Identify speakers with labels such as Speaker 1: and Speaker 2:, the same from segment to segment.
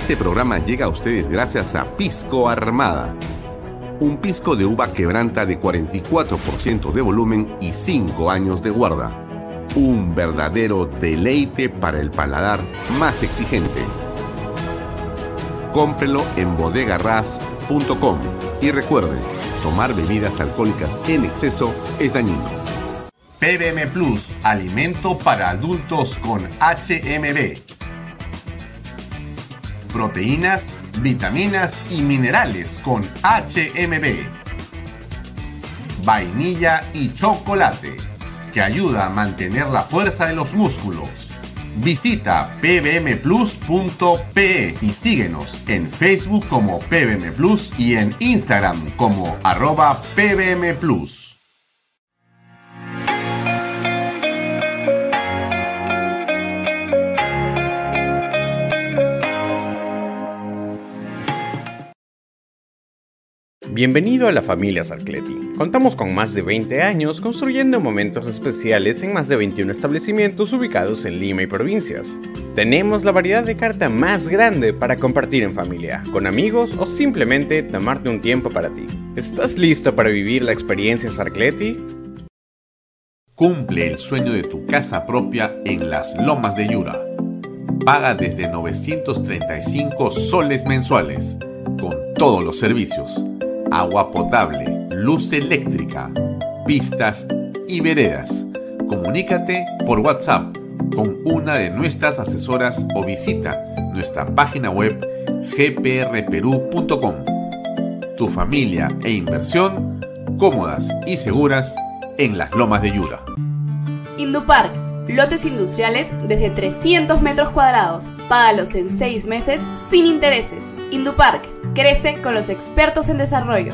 Speaker 1: Este programa llega a ustedes gracias a Pisco Armada. Un pisco de uva quebranta de 44% de volumen y 5 años de guarda. Un verdadero deleite para el paladar más exigente. Cómprelo en bodegarras.com y recuerde, tomar bebidas alcohólicas en exceso es dañino. PBM Plus, alimento para adultos con HMB. Proteínas, vitaminas y minerales con HMB. Vainilla y chocolate, que ayuda a mantener la fuerza de los músculos. Visita pbmplus.pe y síguenos en Facebook como PBM Plus y en Instagram como @pbmplus.
Speaker 2: Bienvenido a la familia Sarcleti. Contamos con más de 20 años construyendo momentos especiales en más de 21 establecimientos ubicados en Lima y provincias. Tenemos la variedad de carta más grande para compartir en familia, con amigos o simplemente tomarte un tiempo para ti. ¿Estás listo para vivir la experiencia Sarcleti?
Speaker 1: Cumple el sueño de tu casa propia en las Lomas de Yura. Paga desde 935 soles mensuales, con todos los servicios. Agua potable, luz eléctrica, pistas y veredas. Comunícate por WhatsApp con una de nuestras asesoras o visita nuestra página web gprperú.com. Tu familia e inversión cómodas y seguras en las Lomas de Yura.
Speaker 3: Indupark, lotes industriales desde 300 metros cuadrados. Págalos en 6 meses sin intereses. Indupark, crece con los expertos en desarrollo.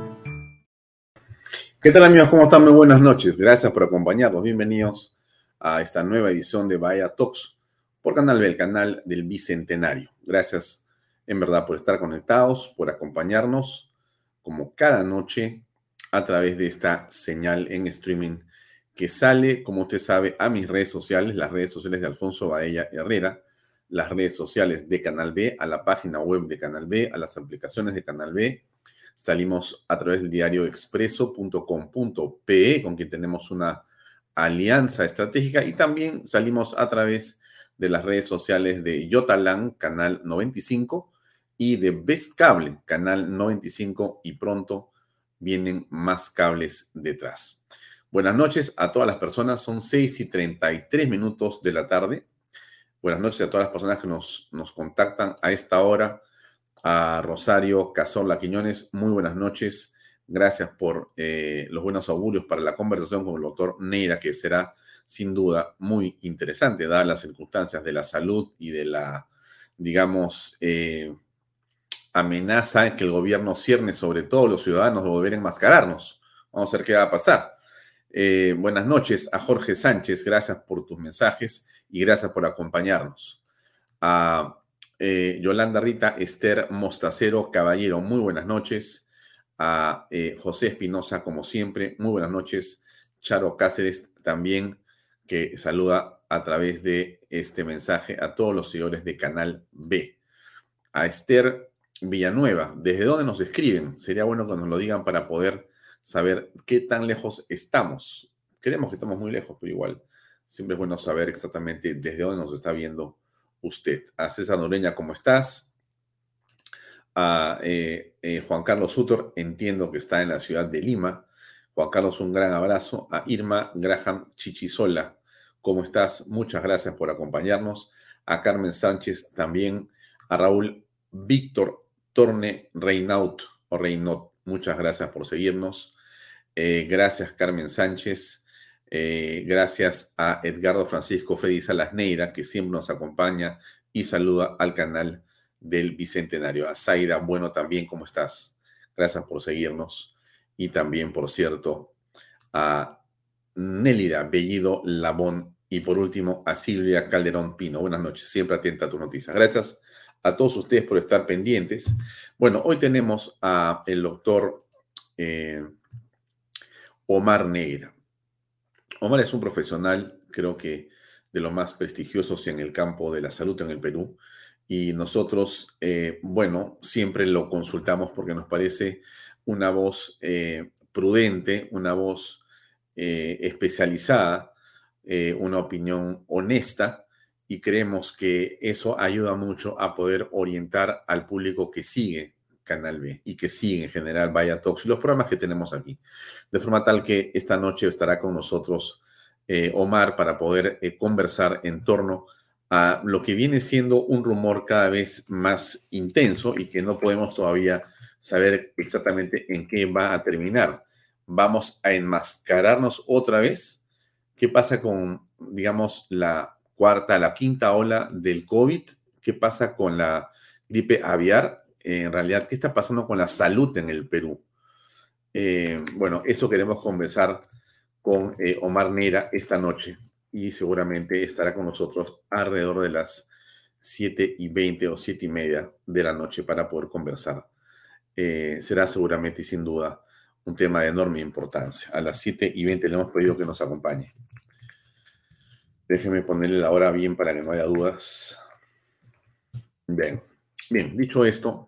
Speaker 1: ¿Qué tal, amigos? ¿Cómo están? Muy buenas noches. Gracias por acompañarnos. Bienvenidos a esta nueva edición de Bahía Talks por Canal B, el canal del Bicentenario. Gracias, en verdad, por estar conectados, por acompañarnos como cada noche a través de esta señal en streaming que sale, como usted sabe, a mis redes sociales, las redes sociales de Alfonso Baella Herrera, las redes sociales de Canal B, a la página web de Canal B, a las aplicaciones de Canal B. Salimos a través del diario expreso.com.pe, con quien tenemos una alianza estratégica, y también salimos a través de las redes sociales de Yotalan, Canal 95, y de Best Cable, Canal 95, y pronto vienen más cables detrás. Buenas noches a todas las personas, son 6:33 de la tarde. Buenas noches a todas las personas que nos contactan a esta hora. A Rosario Cazorla Quiñones, muy buenas noches. Gracias por los buenos augurios para la conversación con el doctor Neira, que será sin duda muy interesante, dadas las circunstancias de la salud y de la, digamos, amenaza que el gobierno cierne sobre todos los ciudadanos de volver a enmascararnos. Vamos a ver qué va a pasar. Buenas noches a Jorge Sánchez, gracias por tus mensajes y gracias por acompañarnos. A Yolanda Rita Esther Mostacero Caballero, muy buenas noches. A José Espinosa, como siempre, muy buenas noches. Charo Cáceres también, que saluda a través de este mensaje a todos los seguidores de Canal B. A Esther Villanueva, ¿desde dónde nos escriben? Sería bueno que nos lo digan para poder saber qué tan lejos estamos. Creemos que estamos muy lejos, pero igual siempre es bueno saber exactamente desde dónde nos está viendo usted. A César Noreña, ¿cómo estás? A Juan Carlos Sutor, entiendo que está en la ciudad de Lima. Juan Carlos, un gran abrazo. A Irma Graham Chichisola, ¿cómo estás? Muchas gracias por acompañarnos. A Carmen Sánchez también. A Raúl Víctor Torne Reynaut, muchas gracias por seguirnos. Gracias, Carmen Sánchez. Gracias a Edgardo Francisco Freddy Salas Neira, que siempre nos acompaña y saluda al canal del Bicentenario. A Zaida, bueno, también, ¿cómo estás? Gracias por seguirnos. Y también, por cierto, a Nélida Bellido Labón y por último a Silvia Calderón Pino. Buenas noches, siempre atenta a tus noticias. Gracias a todos ustedes por estar pendientes. Bueno, hoy tenemos a el doctor Omar Neira. Omar es un profesional, creo que de los más prestigiosos en el campo de la salud en el Perú. y nosotros, bueno, siempre lo consultamos porque nos parece una voz prudente, una voz especializada, una opinión honesta, y creemos que eso ayuda mucho a poder orientar al público que sigue Canal B y que sigue en general Vaya Talks y los programas que tenemos aquí. De forma tal que esta noche estará con nosotros Omar para poder conversar en torno a lo que viene siendo un rumor cada vez más intenso y que no podemos todavía saber exactamente en qué va a terminar. ¿Vamos a enmascararnos otra vez? ¿Qué pasa con, digamos, la quinta ola del COVID? ¿Qué pasa con la gripe aviar? En realidad, ¿qué está pasando con la salud en el Perú? Bueno, eso queremos conversar con Omar Neira esta noche y seguramente estará con nosotros alrededor de las 7:20 o 7:30 de la noche para poder conversar. Será seguramente y sin duda un tema de enorme importancia. A las 7:20 le hemos pedido que nos acompañe. Déjeme ponerle la hora bien para que no haya dudas. Bien, dicho esto,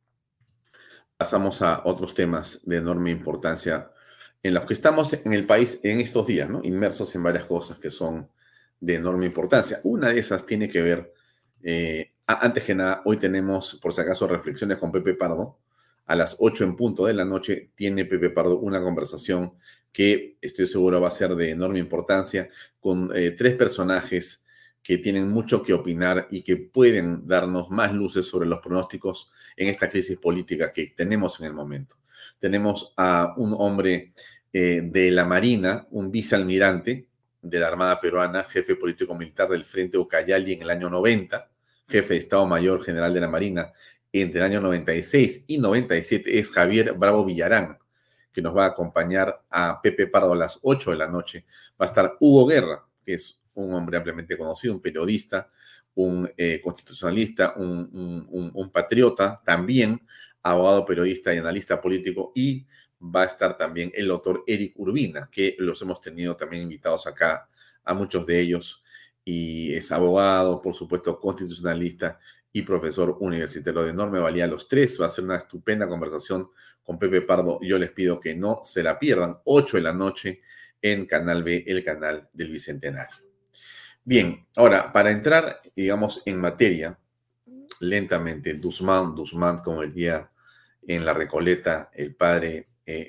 Speaker 1: pasamos a otros temas de enorme importancia en los que estamos en el país en estos días, ¿no? Inmersos en varias cosas que son de enorme importancia. Una de esas tiene que ver, antes que nada, hoy tenemos, por si acaso, reflexiones con Pepe Pardo. A las 8 en punto de la noche tiene Pepe Pardo una conversación que estoy seguro va a ser de enorme importancia con tres personajes que tienen mucho que opinar y que pueden darnos más luces sobre los pronósticos en esta crisis política que tenemos en el momento. Tenemos a un hombre de la Marina, un vicealmirante de la Armada Peruana, jefe político-militar del Frente Ucayali en el año 90, jefe de Estado Mayor General de la Marina entre el año 96 y 97, es Javier Bravo Villarán, que nos va a acompañar a Pepe Pardo a las 8 de la noche. Va a estar Hugo Guerra, que es un hombre ampliamente conocido, un periodista, un constitucionalista, un patriota, también abogado, periodista y analista político, y va a estar también el doctor Eric Urbina, que los hemos tenido también invitados acá, a muchos de ellos, y es abogado, por supuesto, constitucionalista y profesor universitario de enorme valía. Los tres va a ser una estupenda conversación con Pepe Pardo. Yo les pido que no se la pierdan, 8 de la noche en Canal B, el canal del Bicentenario. Bien, ahora, para entrar, digamos, en materia, lentamente, Duzmán, como el día en la Recoleta, el padre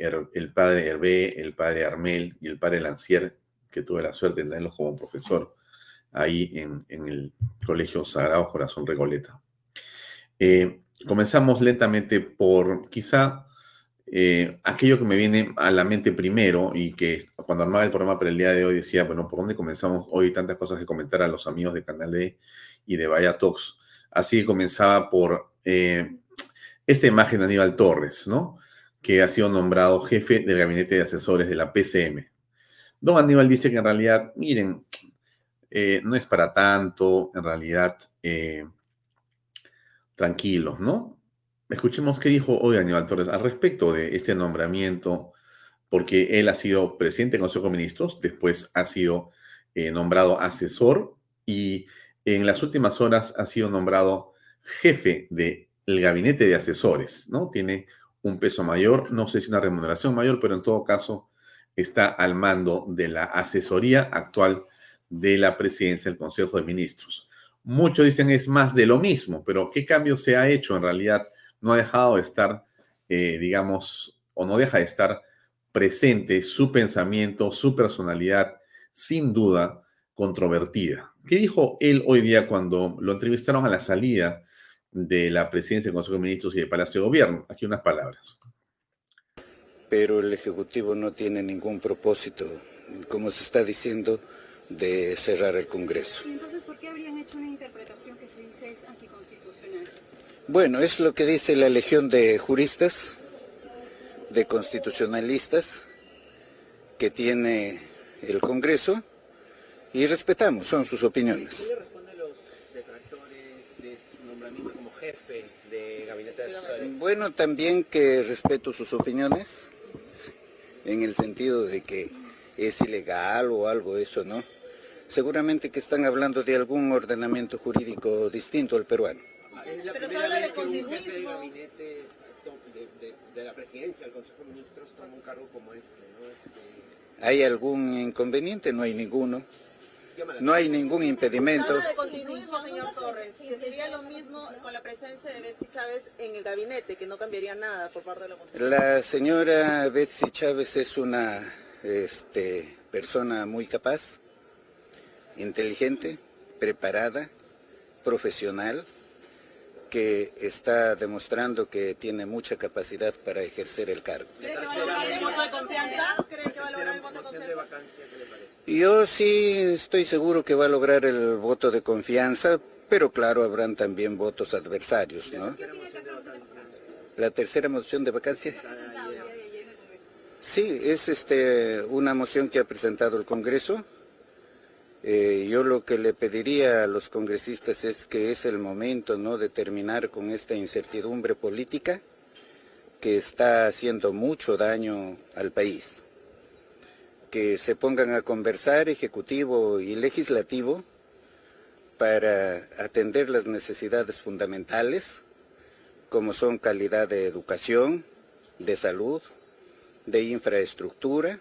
Speaker 1: Hervé, el padre Armel y el padre Lancier, que tuve la suerte de tenerlos como profesor ahí en el Colegio Sagrado Corazón Recoleta. Comenzamos lentamente por quizá aquello que me viene a la mente primero y que cuando armaba el programa para el día de hoy decía, bueno, ¿por dónde comenzamos hoy? Tantas cosas que comentar a los amigos de Canal B y de Vaya Talks. Así que comenzaba por esta imagen de Aníbal Torres, ¿no? Que ha sido nombrado jefe del gabinete de asesores de la PCM. Don Aníbal dice que en realidad, miren, no es para tanto, en realidad, tranquilos, ¿no? Escuchemos qué dijo hoy Aníbal Torres al respecto de este nombramiento, porque él ha sido presidente del Consejo de Ministros, después ha sido nombrado asesor y en las últimas horas ha sido nombrado jefe del gabinete de asesores, ¿no? Tiene un peso mayor, no sé si una remuneración mayor, pero en todo caso está al mando de la asesoría actual de la presidencia del Consejo de Ministros. Muchos dicen es más de lo mismo, pero ¿qué cambio se ha hecho? En realidad no ha dejado de estar, digamos, o no deja de estar presente su pensamiento, su personalidad, sin duda controvertida. ¿Qué dijo él hoy día cuando lo entrevistaron a la salida de la presidencia del Consejo de Ministros y del Palacio de Gobierno? Aquí unas palabras.
Speaker 4: Pero el Ejecutivo no tiene ningún propósito, como se está diciendo, de cerrar el Congreso.
Speaker 5: Entonces, ¿por qué habrían hecho una interpretación que se dice es anticonstitucional?
Speaker 4: Bueno, es lo que dice la legión de juristas, de constitucionalistas que tiene el Congreso y respetamos, son sus opiniones.
Speaker 6: ¿Qué le responde a los detractores de su nombramiento como jefe de gabinete de asesores?
Speaker 4: Bueno, también que respeto sus opiniones, en el sentido de que es ilegal o algo de eso, ¿no? Seguramente que están hablando de algún ordenamiento jurídico distinto al peruano.
Speaker 6: Es la
Speaker 5: Pero
Speaker 6: primera
Speaker 5: habla de
Speaker 6: vez que un jefe de
Speaker 5: continuismo.
Speaker 6: gabinete de la presidencia, del Consejo de Ministros, toma un cargo como este, ¿no?
Speaker 4: ¿Hay algún inconveniente? No hay ninguno.
Speaker 6: Llama la
Speaker 4: No hay
Speaker 6: atención.
Speaker 4: ningún impedimento.
Speaker 5: Habla de continuismo, señor Torres, que sería lo mismo con la presencia de Betsy Chávez en el gabinete, que no cambiaría nada por parte de la Constitución.
Speaker 4: La señora Betsy Chávez es una persona muy capaz, inteligente, preparada, profesional, que está demostrando que tiene mucha capacidad para ejercer el cargo.
Speaker 5: ¿Cree que va a lograr el voto de confianza? ¿Cree que va a lograr el voto de
Speaker 6: Moción de
Speaker 5: confianza?
Speaker 6: vacancia, ¿qué le parece?
Speaker 4: Yo sí estoy seguro que va a lograr el voto de confianza, pero claro, habrán también votos adversarios, ¿no? La tercera moción de vacancia. Sí, es una moción que ha presentado el Congreso. Yo lo que le pediría a los congresistas es que es el momento, ¿no?, de terminar con esta incertidumbre política que está haciendo mucho daño al país. Que se pongan a conversar Ejecutivo y Legislativo para atender las necesidades fundamentales, como son calidad de educación, de salud, de infraestructura,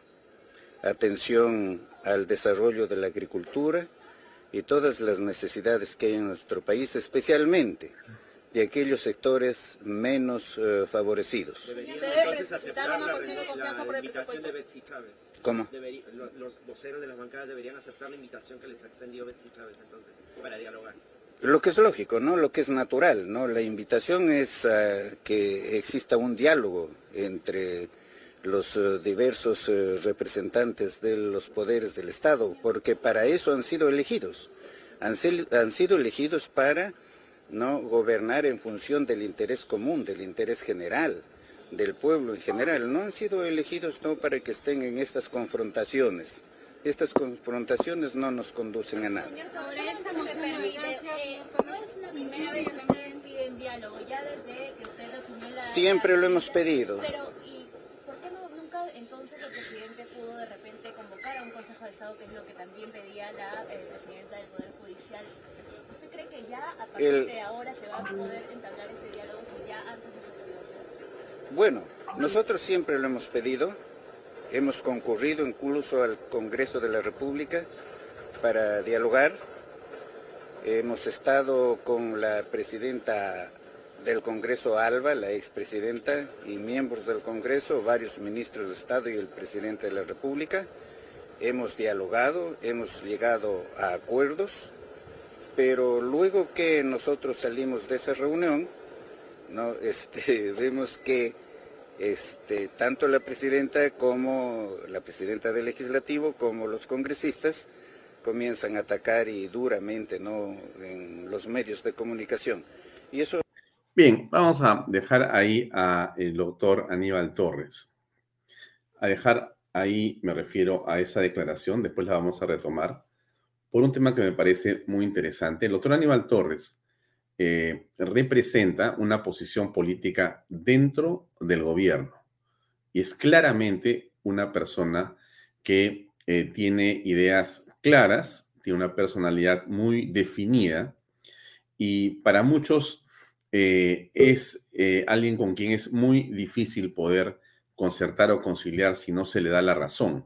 Speaker 4: atención al desarrollo de la agricultura y todas las necesidades que hay en nuestro país, especialmente de aquellos sectores menos favorecidos.
Speaker 6: Deberían
Speaker 5: Debe
Speaker 6: entonces
Speaker 5: presentar
Speaker 6: aceptar
Speaker 5: una moción de confianza por el
Speaker 6: invitación de
Speaker 5: presupuesto.
Speaker 6: Betsy Chávez.
Speaker 4: ¿Cómo?
Speaker 6: Los voceros de las bancadas deberían aceptar la invitación que les ha extendido Betsy Chávez entonces para dialogar.
Speaker 4: Lo que es lógico, ¿no? Lo que es natural, ¿no? La invitación es que exista un diálogo entre los diversos representantes de los poderes del Estado, porque para eso han sido elegidos. Han sido elegidos para, ¿no?, gobernar en función del interés común, del interés general, del pueblo en general. No han sido elegidos, no, para que estén en estas confrontaciones. Estas confrontaciones no nos conducen a nada.
Speaker 7: Ahora esta moción me permite, no es la primera vez que ustedes piden diálogo, ya desde que usted asumió la...
Speaker 4: Siempre lo hemos pedido.
Speaker 7: Pero, ¿y por qué nunca entonces el presidente pudo de repente convocar a un Consejo de Estado, que es lo que también pedía la presidenta del Poder Judicial? ¿Usted cree que ya a partir de ahora se va a poder entablar este diálogo si ya antes no se pudo hacer?
Speaker 4: Bueno, nosotros siempre lo hemos pedido. Hemos concurrido incluso al Congreso de la República para dialogar. Hemos estado con la presidenta del Congreso, Alba, la expresidenta, y miembros del Congreso, varios ministros de Estado y el presidente de la República. Hemos dialogado, hemos llegado a acuerdos, pero luego que nosotros salimos de esa reunión, ¿no?, vemos que tanto la presidenta como la presidenta del Legislativo como los congresistas comienzan a atacar y duramente, ¿no?, en los medios de comunicación. Y eso...
Speaker 1: Bien, vamos a dejar ahí al doctor Aníbal Torres. A dejar ahí, me refiero a esa declaración, después la vamos a retomar, por un tema que me parece muy interesante. El doctor Aníbal Torres representa una posición política dentro del gobierno y es claramente una persona que tiene ideas claras, tiene una personalidad muy definida y para muchos es alguien con quien es muy difícil poder concertar o conciliar si no se le da la razón.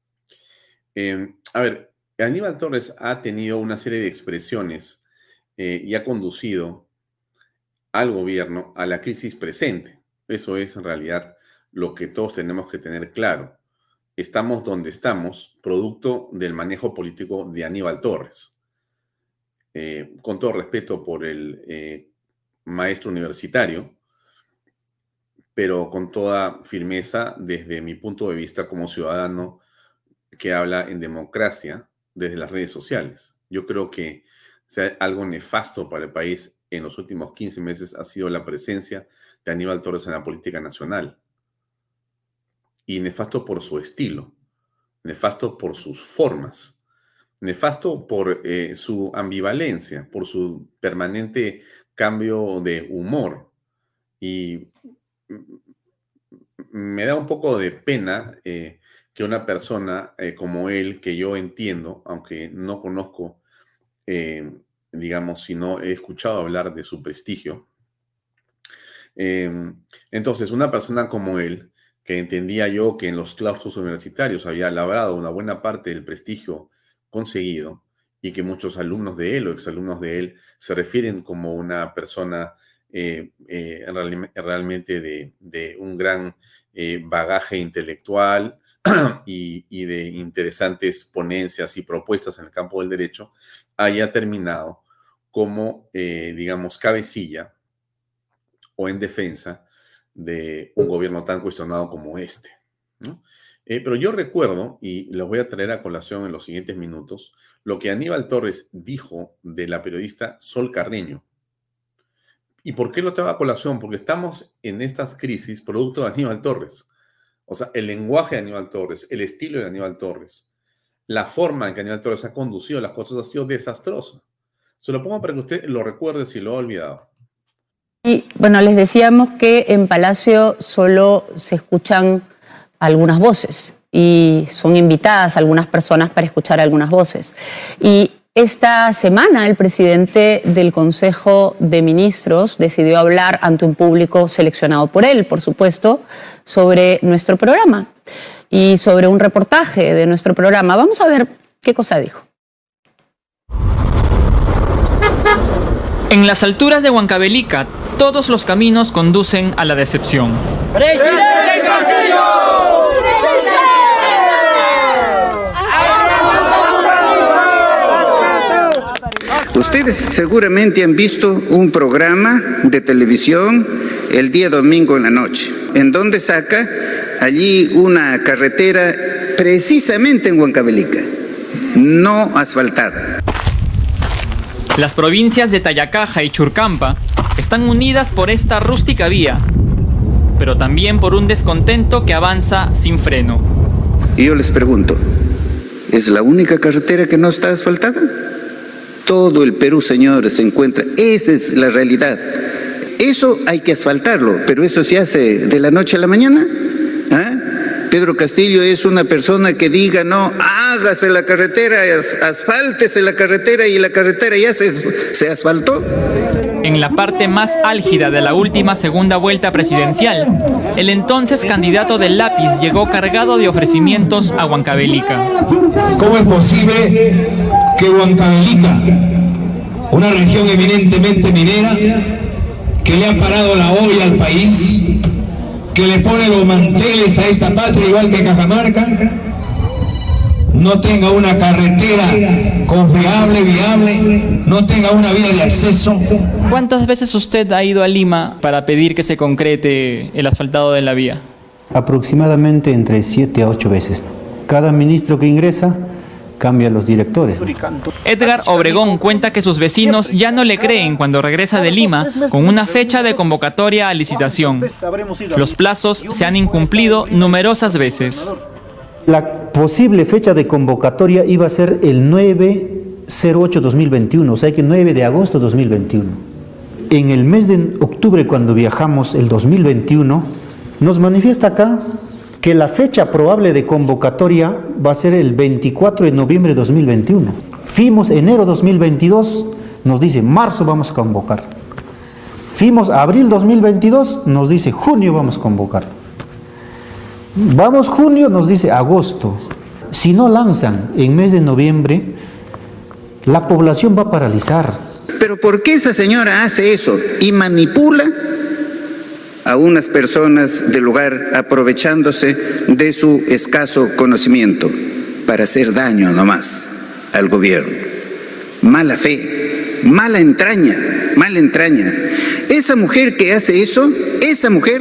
Speaker 1: A ver, Aníbal Torres ha tenido una serie de expresiones y ha conducido al gobierno a la crisis presente. Eso es en realidad lo que todos tenemos que tener claro. Estamos donde estamos, producto del manejo político de Aníbal Torres. Con todo respeto por el maestro universitario, pero con toda firmeza desde mi punto de vista como ciudadano que habla en democracia desde las redes sociales. Yo creo que sea algo nefasto para el país en los últimos 15 meses ha sido la presencia de Aníbal Torres en la política nacional. Y nefasto por su estilo, nefasto por sus formas, nefasto por su ambivalencia, por su permanente cambio de humor. Y me da un poco de pena que una persona como él, que yo entiendo, aunque no conozco digamos, sino he escuchado hablar de su prestigio. Entonces, una persona como él, que entendía yo que en los claustros universitarios había labrado una buena parte del prestigio conseguido y que muchos alumnos de él o exalumnos de él se refieren como una persona realmente de un gran bagaje intelectual y de interesantes ponencias y propuestas en el campo del derecho, haya terminado como, digamos, cabecilla o en defensa de un gobierno tan cuestionado como este, ¿no? Pero yo recuerdo, y los voy a traer a colación en los siguientes minutos, lo que Aníbal Torres dijo de la periodista Sol Carreño. ¿Y por qué lo traigo a colación? Porque estamos en estas crisis producto de Aníbal Torres. O sea, el lenguaje de Aníbal Torres, el estilo de Aníbal Torres, la forma en que Aníbal Torres ha conducido las cosas ha sido desastrosa. Se lo pongo para que usted lo recuerde si lo ha olvidado.
Speaker 8: Y bueno, les decíamos que en Palacio solo se escuchan algunas voces y son invitadas algunas personas para escuchar algunas voces. Y esta semana el presidente del Consejo de Ministros decidió hablar ante un público seleccionado por él, por supuesto, sobre nuestro programa y sobre un reportaje de nuestro programa. Vamos a ver qué cosa dijo.
Speaker 9: En las alturas de Huancavelica, todos los caminos conducen a la decepción.
Speaker 10: ¡Presidente Castillo!
Speaker 4: Ustedes seguramente han visto un programa de televisión el día domingo en la noche, en donde saca allí una carretera precisamente en Huancavelica, no asfaltada.
Speaker 9: Las provincias de Tayacaja y Churcampa están unidas por esta rústica vía, pero también por un descontento que avanza sin freno.
Speaker 4: Y yo les pregunto, ¿es la única carretera que no está asfaltada? Todo el Perú, señores, se encuentra. Esa es la realidad. Eso hay que asfaltarlo, pero eso se hace de la noche a la mañana. ¿Ah? Pedro Castillo es una persona que diga, no, hágase la carretera, asfáltese la carretera, y la carretera ya se asfaltó.
Speaker 9: En la parte más álgida de la última segunda vuelta presidencial, el entonces candidato del lápiz llegó cargado de ofrecimientos a Huancavelica.
Speaker 10: ¿Cómo es posible que Huancavelica, una región eminentemente minera, que le ha parado la olla al país, que le pone los manteles a esta patria igual que Cajamarca, no tenga una carretera confiable, viable, no tenga una vía de acceso?
Speaker 9: ¿Cuántas veces usted ha ido a Lima para pedir que se concrete el asfaltado de la vía?
Speaker 11: Aproximadamente entre 7 a 8 veces. Cada ministro que ingresa cambia los directores.
Speaker 9: Edgar Obregón cuenta que sus vecinos ya no le creen cuando regresa de Lima con una fecha de convocatoria a licitación. Los plazos se han incumplido numerosas veces.
Speaker 11: La posible fecha de convocatoria iba a ser el 9/08/2021, o sea que 9 de agosto de 2021. En el mes de octubre, cuando viajamos el 2021, nos manifiesta acá que la fecha probable de convocatoria va a ser el 24 de noviembre de 2021. Fuimos enero 2022, nos dice marzo vamos a convocar. Fuimos abril 2022, nos dice junio vamos a convocar. Vamos junio, nos dice agosto. Si no lanzan en mes de noviembre, la población va a paralizar.
Speaker 4: Pero ¿por qué esa señora hace eso y manipula a unas personas del lugar aprovechándose de su escaso conocimiento para hacer daño nomás al gobierno? Mala fe, mala entraña, mala entraña. Esa mujer que hace eso, esa mujer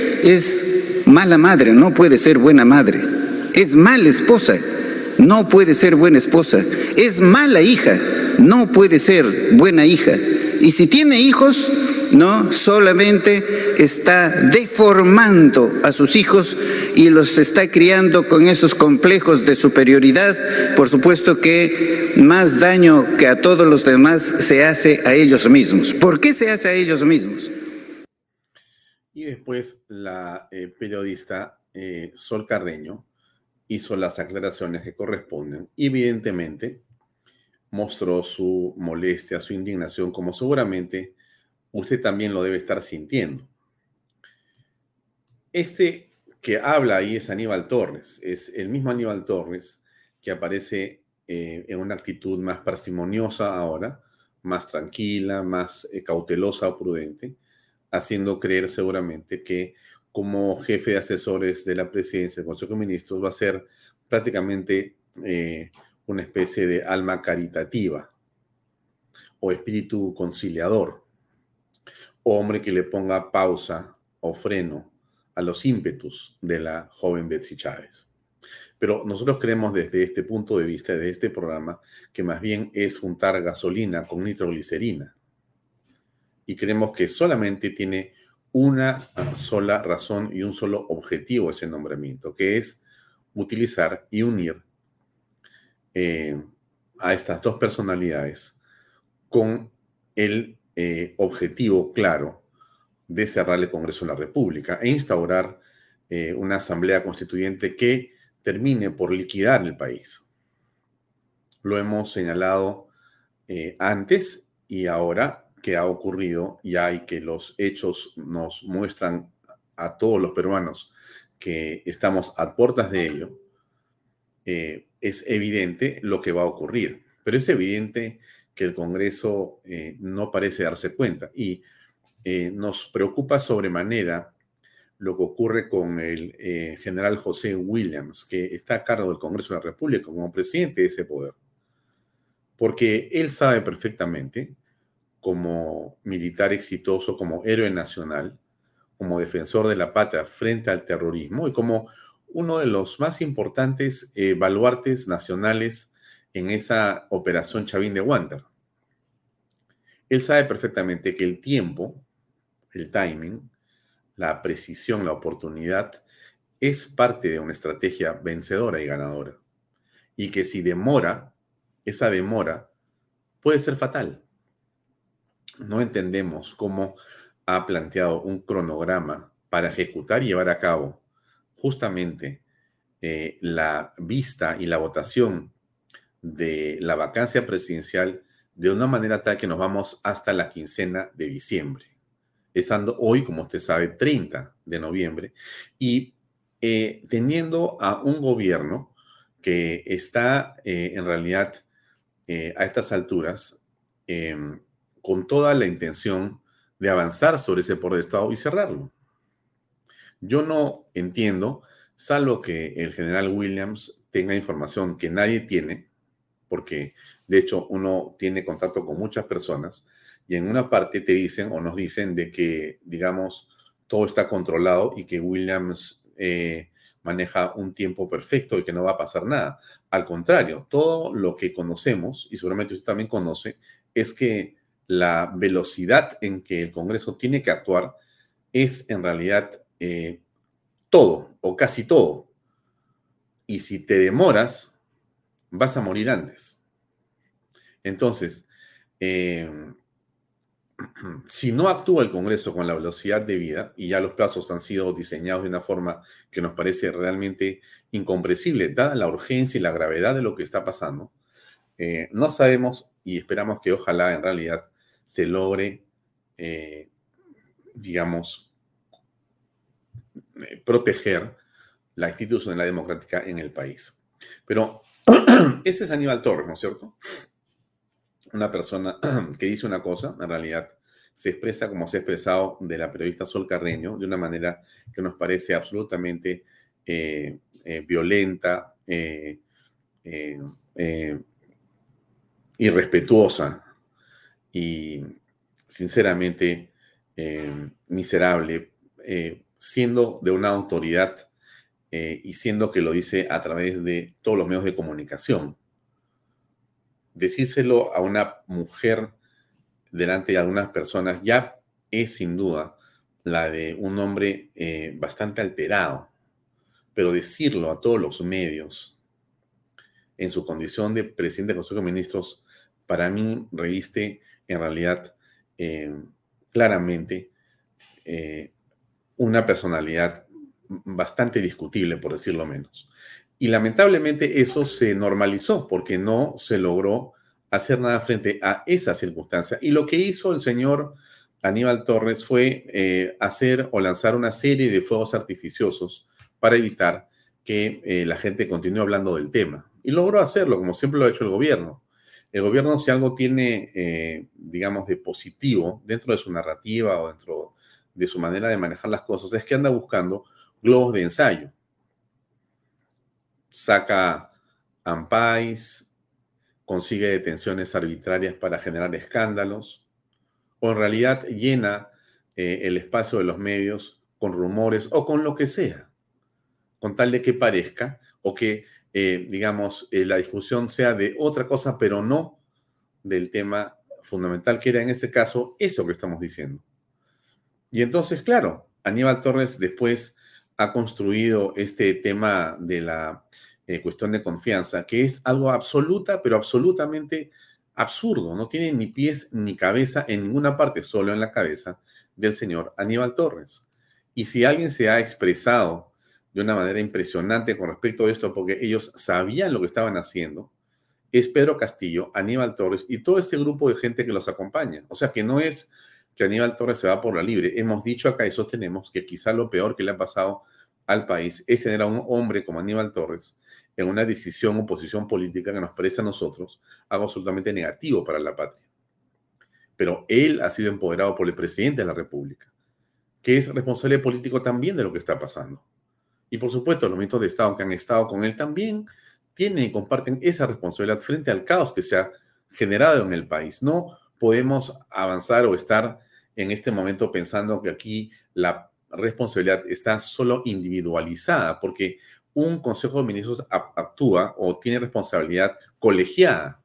Speaker 4: es mala madre, no puede ser buena madre. Es mala esposa, no puede ser buena esposa. Es mala hija, no puede ser buena hija. Y si tiene hijos, no, solamente está deformando a sus hijos y los está criando con esos complejos de superioridad. Por supuesto que más daño que a todos los demás se hace a ellos mismos. ¿Por qué se hace a ellos mismos?
Speaker 1: Y después la periodista Sol Carreño hizo las aclaraciones que corresponden. Y evidentemente mostró su molestia, su indignación, como seguramente usted también lo debe estar sintiendo. Este que habla ahí es Aníbal Torres, es el mismo Aníbal Torres que aparece en una actitud más parsimoniosa ahora, más tranquila, más cautelosa o prudente, haciendo creer seguramente que como jefe de asesores de la presidencia del Consejo de Ministros va a ser prácticamente una especie de alma caritativa o espíritu conciliador, o hombre que le ponga pausa o freno a los ímpetus de la joven Betsy Chávez. Pero nosotros creemos desde este punto de vista, desde este programa, que más bien es juntar gasolina con nitroglicerina. Y creemos que solamente tiene una sola razón y un solo objetivo ese nombramiento, que es utilizar y unir a estas dos personalidades con el objetivo claro de cerrar el Congreso de la República e instaurar una asamblea constituyente que termine por liquidar el país. Lo hemos señalado antes y ahora que ha ocurrido ya y que los hechos nos muestran a todos los peruanos que estamos a puertas de ello, es evidente lo que va a ocurrir. Pero es evidente que el Congreso no parece darse cuenta y nos preocupa sobremanera lo que ocurre con el general José Williams, que está a cargo del Congreso de la República como presidente de ese poder. Porque él sabe perfectamente, como militar exitoso, como héroe nacional, como defensor de la patria frente al terrorismo y como uno de los más importantes baluartes nacionales en esa operación Chavín de Huántar. Él sabe perfectamente que el tiempo, el timing, la precisión, la oportunidad, es parte de una estrategia vencedora y ganadora. Y que si demora, esa demora puede ser fatal. No entendemos cómo ha planteado un cronograma para ejecutar y llevar a cabo justamente la vista y la votación de la vacancia presidencial de una manera tal que nos vamos hasta la quincena de diciembre, estando hoy, como usted sabe, 30 de noviembre, y teniendo a un gobierno que está en realidad a estas alturas con toda la intención de avanzar sobre ese poder de Estado y cerrarlo. Yo no entiendo, salvo que el general Williams tenga información que nadie tiene, porque de hecho uno tiene contacto con muchas personas y en una parte te dicen o nos dicen de que, digamos, todo está controlado y que Williams maneja un tiempo perfecto y que no va a pasar nada. Al contrario, todo lo que conocemos, y seguramente usted también conoce, es que la velocidad en que el Congreso tiene que actuar es en realidad todo o casi todo. Y si te demoras, vas a morir antes. Entonces, si no actúa el Congreso con la velocidad debida, y ya los plazos han sido diseñados de una forma que nos parece realmente incomprensible, dada la urgencia y la gravedad de lo que está pasando, no sabemos y esperamos que ojalá en realidad se logre, digamos, proteger la institucionalidad democrática en el país. Pero ese es Aníbal Torres, ¿no es cierto? Una persona que dice una cosa, en realidad se expresa como se ha expresado de la periodista Sol Carreño, de una manera que nos parece absolutamente violenta, irrespetuosa y sinceramente miserable, siendo de una autoridad y siendo que lo dice a través de todos los medios de comunicación. Decírselo a una mujer delante de algunas personas ya es sin duda la de un hombre bastante alterado, pero decirlo a todos los medios en su condición de presidente del Consejo de Ministros, para mí reviste en realidad claramente una personalidad bastante discutible, por decirlo menos. Y lamentablemente eso se normalizó porque no se logró hacer nada frente a esa circunstancia. Y lo que hizo el señor Aníbal Torres fue hacer o lanzar una serie de fuegos artificiosos para evitar que la gente continúe hablando del tema. Y logró hacerlo, como siempre lo ha hecho el gobierno. El gobierno, si algo tiene, digamos, de positivo dentro de su narrativa o dentro de su manera de manejar las cosas, es que anda buscando globos de ensayo. Saca ampais, consigue detenciones arbitrarias para generar escándalos, o en realidad llena el espacio de los medios con rumores o con lo que sea, con tal de que parezca o que, digamos, la discusión sea de otra cosa, pero no del tema fundamental, que era en este caso eso que estamos diciendo. Y entonces, claro, Aníbal Torres después ha construido este tema de la cuestión de confianza, que es algo absoluta, pero absolutamente absurdo. No tiene ni pies ni cabeza en ninguna parte, solo en la cabeza del señor Aníbal Torres. Y si alguien se ha expresado de una manera impresionante con respecto a esto, porque ellos sabían lo que estaban haciendo, es Pedro Castillo, Aníbal Torres y todo este grupo de gente que los acompaña. O sea, que no es que Aníbal Torres se va por la libre. Hemos dicho acá y sostenemos que quizá lo peor que le ha pasado al país es tener a un hombre como Aníbal Torres en una decisión o posición política que nos parece a nosotros algo absolutamente negativo para la patria. Pero él ha sido empoderado por el presidente de la República, que es responsable político también de lo que está pasando. Y por supuesto, los ministros de Estado que han estado con él también tienen y comparten esa responsabilidad frente al caos que se ha generado en el país. No podemos avanzar o estar en este momento pensando que aquí la responsabilidad está solo individualizada, porque un Consejo de Ministros actúa o tiene responsabilidad colegiada.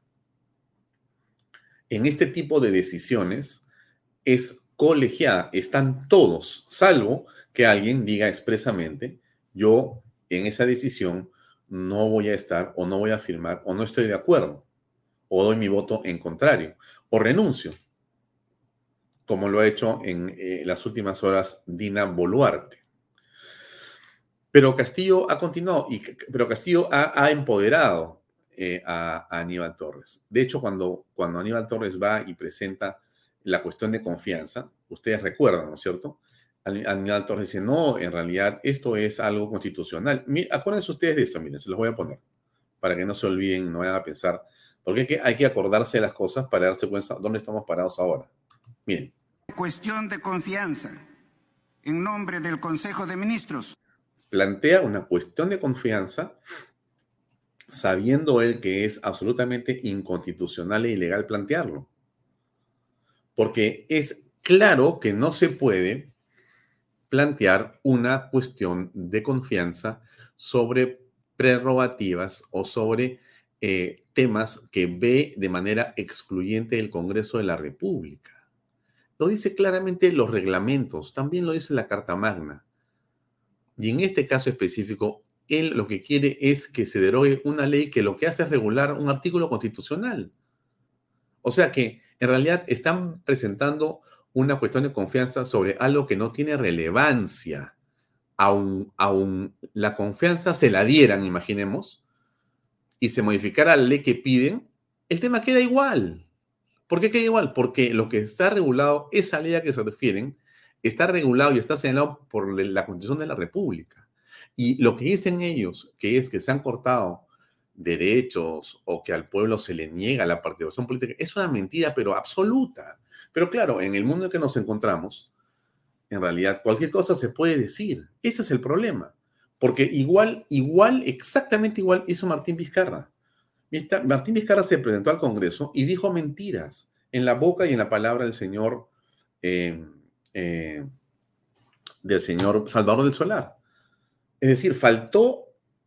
Speaker 1: En este tipo de decisiones es colegiada, están todos, salvo que alguien diga expresamente, yo en esa decisión no voy a estar o no voy a firmar o no estoy de acuerdo, o doy mi voto en contrario, o renuncio, como lo ha hecho en las últimas horas Dina Boluarte. Pero Castillo ha continuado, pero Castillo ha empoderado a Aníbal Torres. De hecho, cuando Aníbal Torres va y presenta la cuestión de confianza, ustedes recuerdan, ¿no es cierto? Aníbal Torres dice, no, en realidad esto es algo constitucional. Acuérdense ustedes de esto, miren, se los voy a poner, para que no se olviden, no vayan a pensar, porque hay que acordarse de las cosas para darse cuenta dónde estamos parados ahora. Miren.
Speaker 12: Cuestión de confianza, en nombre del Consejo de Ministros.
Speaker 1: Plantea una cuestión de confianza, sabiendo él que es absolutamente inconstitucional e ilegal plantearlo. Porque es claro que no se puede plantear una cuestión de confianza sobre prerrogativas o sobre temas que ve de manera excluyente el Congreso de la República. Lo dice claramente los reglamentos, también lo dice la Carta Magna. Y en este caso específico, él lo que quiere es que se derogue una ley que lo que hace es regular un artículo constitucional. O sea que en realidad están presentando una cuestión de confianza sobre algo que no tiene relevancia. Aún la confianza se la dieran, imaginemos, y se modificara la ley que piden, el tema queda igual. ¿Por qué queda igual? Porque lo que está regulado, esa ley a que se refieren, está regulado y está señalado por la Constitución de la República. Y lo que dicen ellos, que es que se han cortado derechos o que al pueblo se le niega la participación política, es una mentira, pero absoluta. Pero claro, en el mundo en que nos encontramos, en realidad cualquier cosa se puede decir. Ese es el problema. Porque exactamente igual hizo Martín Vizcarra. Martín Vizcarra se presentó al Congreso y dijo mentiras en la boca y en la palabra del señor Salvador del Solar. Es decir, faltó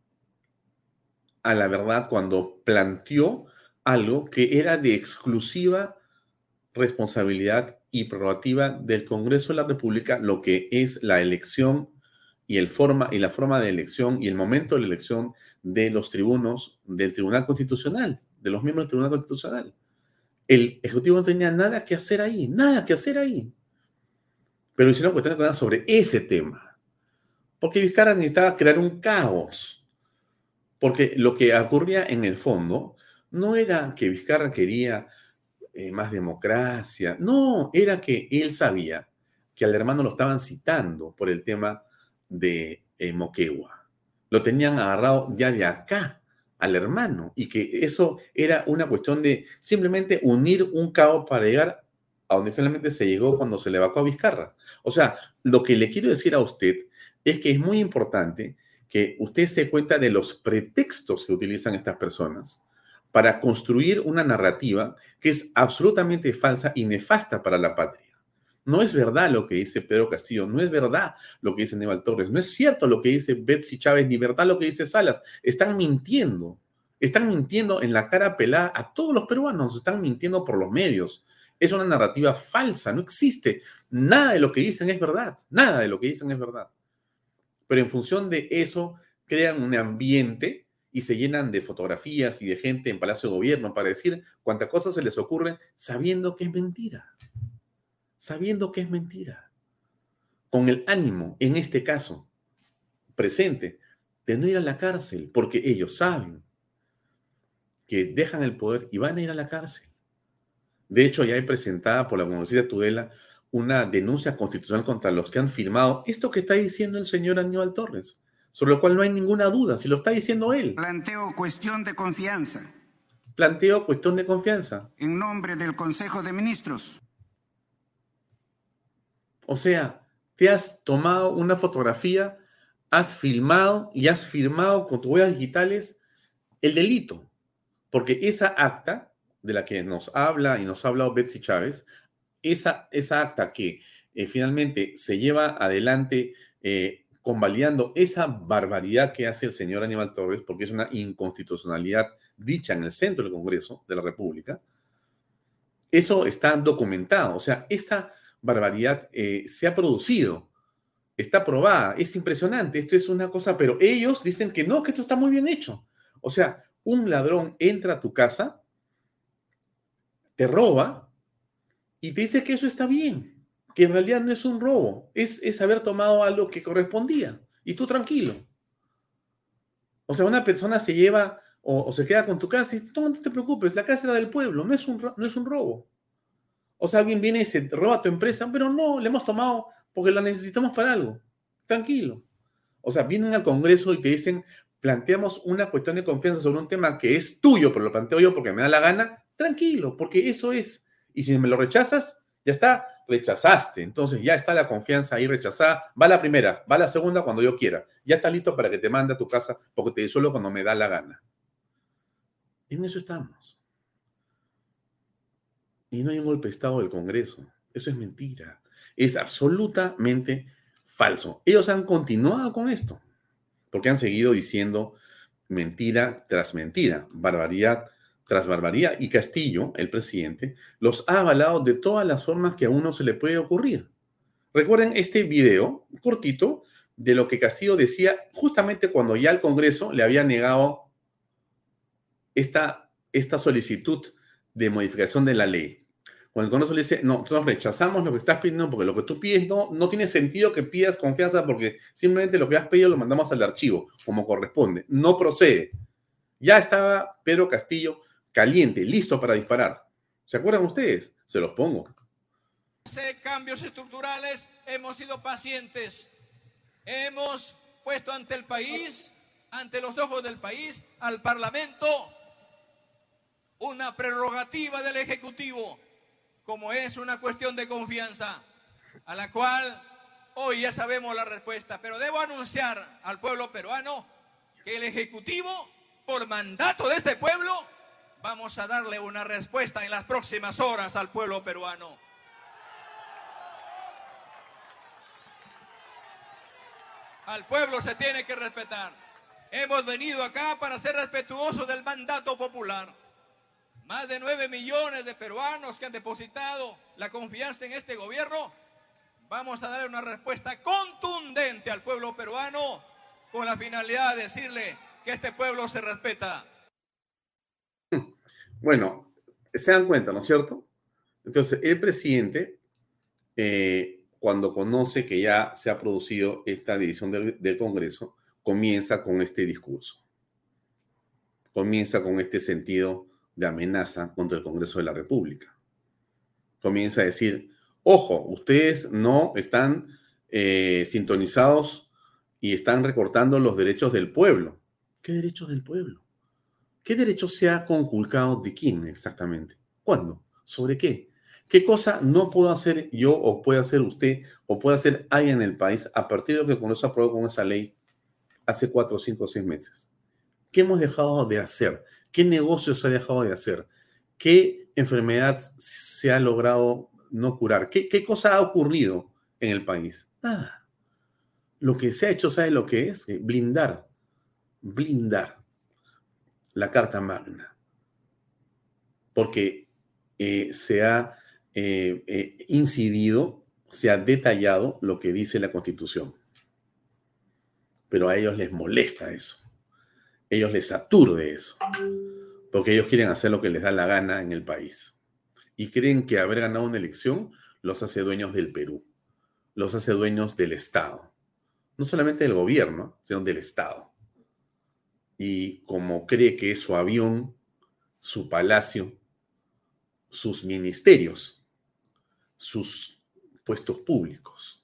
Speaker 1: a la verdad cuando planteó algo que era de exclusiva responsabilidad y prerrogativa del Congreso de la República, lo que es la elección y la forma de elección y el momento de la elección de los tribunos del Tribunal Constitucional, de los miembros del Tribunal Constitucional. El Ejecutivo no tenía nada que hacer ahí, Pero hicieron cuestiones sobre ese tema. Porque Vizcarra necesitaba crear un caos. Porque lo que ocurría en el fondo no era que Vizcarra quería más democracia, no, era que él sabía que al hermano lo estaban citando por el tema de Moquegua. Lo tenían agarrado ya de acá al hermano y que eso era una cuestión de simplemente unir un cabo para llegar a donde finalmente se llegó cuando se le vacó a Vizcarra. O sea, lo que le quiero decir a usted es que es muy importante que usted se dé cuenta de los pretextos que utilizan estas personas para construir una narrativa que es absolutamente falsa y nefasta para la patria. No es verdad lo que dice Pedro Castillo, no es verdad lo que dice Aníbal Torres, no es cierto lo que dice Betsy Chávez, ni verdad lo que dice Salas. Están mintiendo en la cara pelada a todos los peruanos, están mintiendo por los medios. Es una narrativa falsa, no existe. Nada de lo que dicen es verdad, nada de lo que dicen es verdad. Pero en función de eso, crean un ambiente y se llenan de fotografías y de gente en Palacio de Gobierno para decir cuántas cosas se les ocurren sabiendo que es mentira. Sabiendo que es mentira. Con el ánimo, en este caso, presente, de no ir a la cárcel, porque ellos saben que dejan el poder y van a ir a la cárcel. De hecho, ya hay presentada por la Universidad Tudela una denuncia constitucional contra los que han firmado esto que está diciendo el señor Aníbal Torres, sobre lo cual no hay ninguna duda, si lo está diciendo él.
Speaker 12: Planteo cuestión de confianza.
Speaker 1: Planteo cuestión de confianza.
Speaker 12: En nombre del Consejo de Ministros.
Speaker 1: O sea, te has tomado una fotografía, has filmado y has firmado con tus huellas digitales el delito. Porque esa acta de la que nos habla y nos ha hablado Betsy Chávez, esa acta que finalmente se lleva adelante convalidando esa barbaridad que hace el señor Aníbal Torres, porque es una inconstitucionalidad dicha en el centro del Congreso de la República, eso está documentado. O sea, esta barbaridad se ha producido, está probada, es impresionante, esto es una cosa, pero ellos dicen que no, que esto está muy bien hecho. O sea, un ladrón entra a tu casa, te roba y te dice que eso está bien, que en realidad no es un robo, es haber tomado algo que correspondía y tú tranquilo. O sea, una persona se lleva o se queda con tu casa y no te preocupes, la casa era del pueblo, no es un robo. O sea, alguien viene y se roba tu empresa, pero no, le hemos tomado porque la necesitamos para algo. Tranquilo. O sea, vienen al Congreso y te dicen, planteamos una cuestión de confianza sobre un tema que es tuyo, pero lo planteo yo porque me da la gana. Tranquilo, porque eso es. Y si me lo rechazas, ya está, rechazaste. Entonces ya está la confianza ahí rechazada. Va la primera, va la segunda cuando yo quiera. Ya está listo para que te mande a tu casa porque te disuelvo cuando me da la gana. En eso estamos. Y no hay un golpe de Estado del Congreso. Eso es mentira. Es absolutamente falso. Ellos han continuado con esto porque han seguido diciendo mentira tras mentira, barbaridad tras barbaridad. Y Castillo, el presidente, los ha avalado de todas las formas que a uno se le puede ocurrir. Recuerden este video cortito de lo que Castillo decía justamente cuando ya el Congreso le había negado esta solicitud de modificación de la ley. Cuando el Congreso le dice, no, nosotros rechazamos lo que estás pidiendo porque lo que tú pides no tiene sentido que pidas confianza porque simplemente lo que has pedido lo mandamos al archivo como corresponde. No procede. Ya estaba Pedro Castillo caliente, listo para disparar. ¿Se acuerdan ustedes? Se los pongo.
Speaker 13: Cambios estructurales, hemos sido pacientes. Hemos puesto ante el país, ante los ojos del país, al Parlamento, una prerrogativa del Ejecutivo, como es una cuestión de confianza, a la cual hoy ya sabemos la respuesta. Pero debo anunciar al pueblo peruano que el Ejecutivo, por mandato de este pueblo, vamos a darle una respuesta en las próximas horas al pueblo peruano. Al pueblo se tiene que respetar. Hemos venido acá para ser respetuosos del mandato popular. Más de 9 millones de peruanos que han depositado la confianza en este gobierno. Vamos a darle una respuesta contundente al pueblo peruano con la finalidad de decirle que este pueblo se respeta.
Speaker 1: Bueno, se dan cuenta, ¿no es cierto? Entonces, el presidente, cuando conoce que ya se ha producido esta división del Congreso, comienza con este discurso. Comienza con este sentido de amenaza contra el Congreso de la República. Comienza a decir, ojo, ustedes no están sintonizados y están recortando los derechos del pueblo. ¿Qué derechos del pueblo? ¿Qué derecho se ha conculcado de quién exactamente? ¿Cuándo? ¿Sobre qué? ¿Qué cosa no puedo hacer yo o puede hacer usted o puede hacer alguien en el país a partir de lo que el Congreso aprobó con esa ley hace 4, 5, 6 meses? ¿Qué hemos dejado de hacer? ¿Qué negocios se ha dejado de hacer? ¿Qué enfermedad se ha logrado no curar? ¿Qué cosa ha ocurrido en el país? Nada. Lo que se ha hecho, ¿sabe lo que es? Blindar la Carta Magna. Porque se ha incidido, se ha detallado lo que dice la Constitución. Pero a ellos les molesta eso. Ellos les aturde eso. Porque ellos quieren hacer lo que les da la gana en el país. Y creen que haber ganado una elección los hace dueños del Perú. Los hace dueños del Estado. No solamente del gobierno, sino del Estado. Y como cree que es su avión, su palacio, sus ministerios, sus puestos públicos.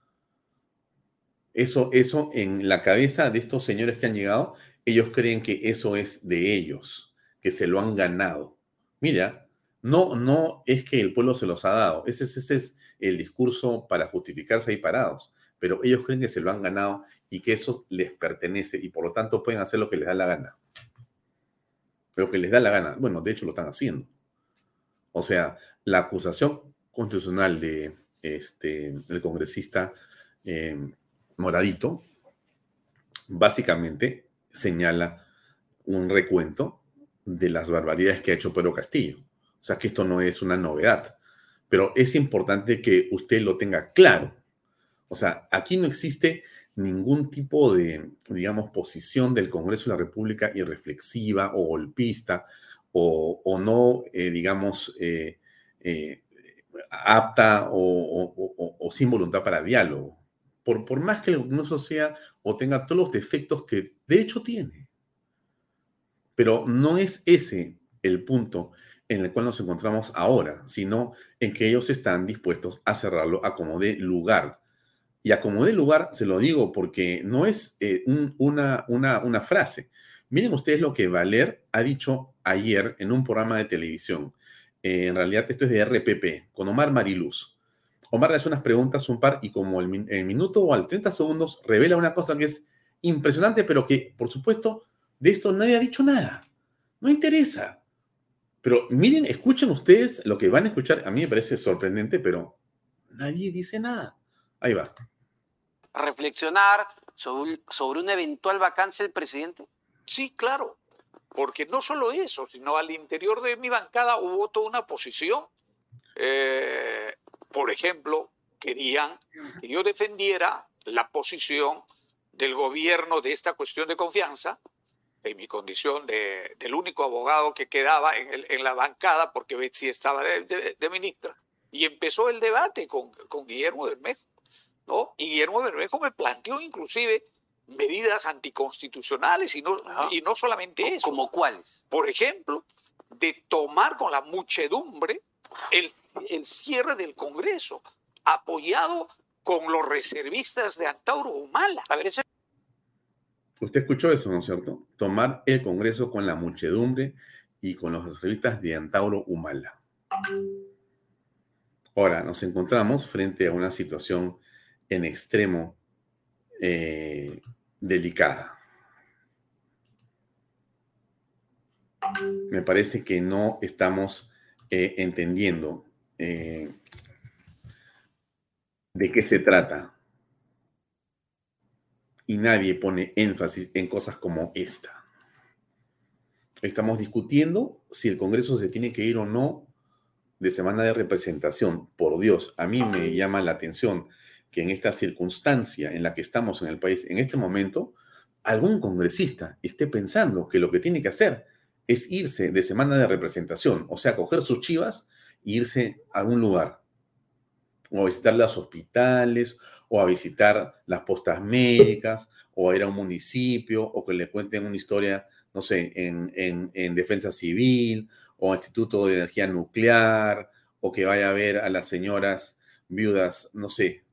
Speaker 1: Eso en la cabeza de estos señores que han llegado, ellos creen que eso es de ellos, que se lo han ganado. Mira, no es que el pueblo se los ha dado. Ese es el discurso para justificarse ahí parados. Pero ellos creen que se lo han ganado y que eso les pertenece y por lo tanto pueden hacer lo que les da la gana. Lo que les da la gana. Bueno, de hecho lo están haciendo. O sea, la acusación constitucional del congresista Moradito básicamente señala un recuento de las barbaridades que ha hecho Pedro Castillo. O sea, que esto no es una novedad. Pero es importante que usted lo tenga claro. O sea, aquí no existe ningún tipo de, digamos, posición del Congreso de la República irreflexiva o golpista o no, digamos, apta o sin voluntad para diálogo. Por más que el Congreso sea o tenga todos los defectos que de hecho tiene. Pero no es ese el punto en el cual nos encontramos ahora, sino en que ellos están dispuestos a cerrarlo a como dé lugar. Y a como dé lugar, se lo digo porque no es una frase. Miren ustedes lo que Valer ha dicho ayer en un programa de televisión. En realidad esto es de RPP, con Omar Mariluz. Omar le hace unas preguntas, un par, y como el minuto o al 30 segundos revela una cosa que es impresionante, pero que, por supuesto, de esto nadie ha dicho nada. No interesa. Pero miren, escuchen ustedes lo que van a escuchar. A mí me parece sorprendente, pero nadie dice nada. Ahí va.
Speaker 14: ¿Reflexionar sobre una eventual vacancia del presidente?
Speaker 15: Sí, claro, porque no solo eso, sino al interior de mi bancada hubo toda una posición. Por ejemplo, querían que yo defendiera la posición del gobierno de esta cuestión de confianza, en mi condición del único abogado que quedaba en la bancada, porque Betsy estaba de ministra. Y empezó el debate con Guillermo Bermejo, ¿no? Y Guillermo Bermejo me planteó inclusive medidas anticonstitucionales y no solamente eso.
Speaker 14: ¿Como cuáles?
Speaker 15: Por ejemplo, de tomar con la muchedumbre el cierre del Congreso, apoyado con los reservistas de Antauro Humala. A ver,
Speaker 1: Usted escuchó eso, ¿no es cierto? Tomar el Congreso con la muchedumbre y con los reservistas de Antauro Humala. Ahora, nos encontramos frente a una situación en extremo delicada. Me parece que no estamos entendiendo de qué se trata. Y nadie pone énfasis en cosas como esta. Estamos discutiendo si el Congreso se tiene que ir o no de semana de representación. Por Dios, a mí me llama la atención que en esta circunstancia en la que estamos en el país, en este momento, algún congresista esté pensando que lo que tiene que hacer es irse de semana de representación, o sea, coger sus chivas e irse a algún lugar, o a visitar los hospitales, o a visitar las postas médicas, o a ir a un municipio, o que le cuenten una historia no sé, en defensa civil o Instituto de Energía Nuclear, o que vaya a ver a las señoras viudas, no sé.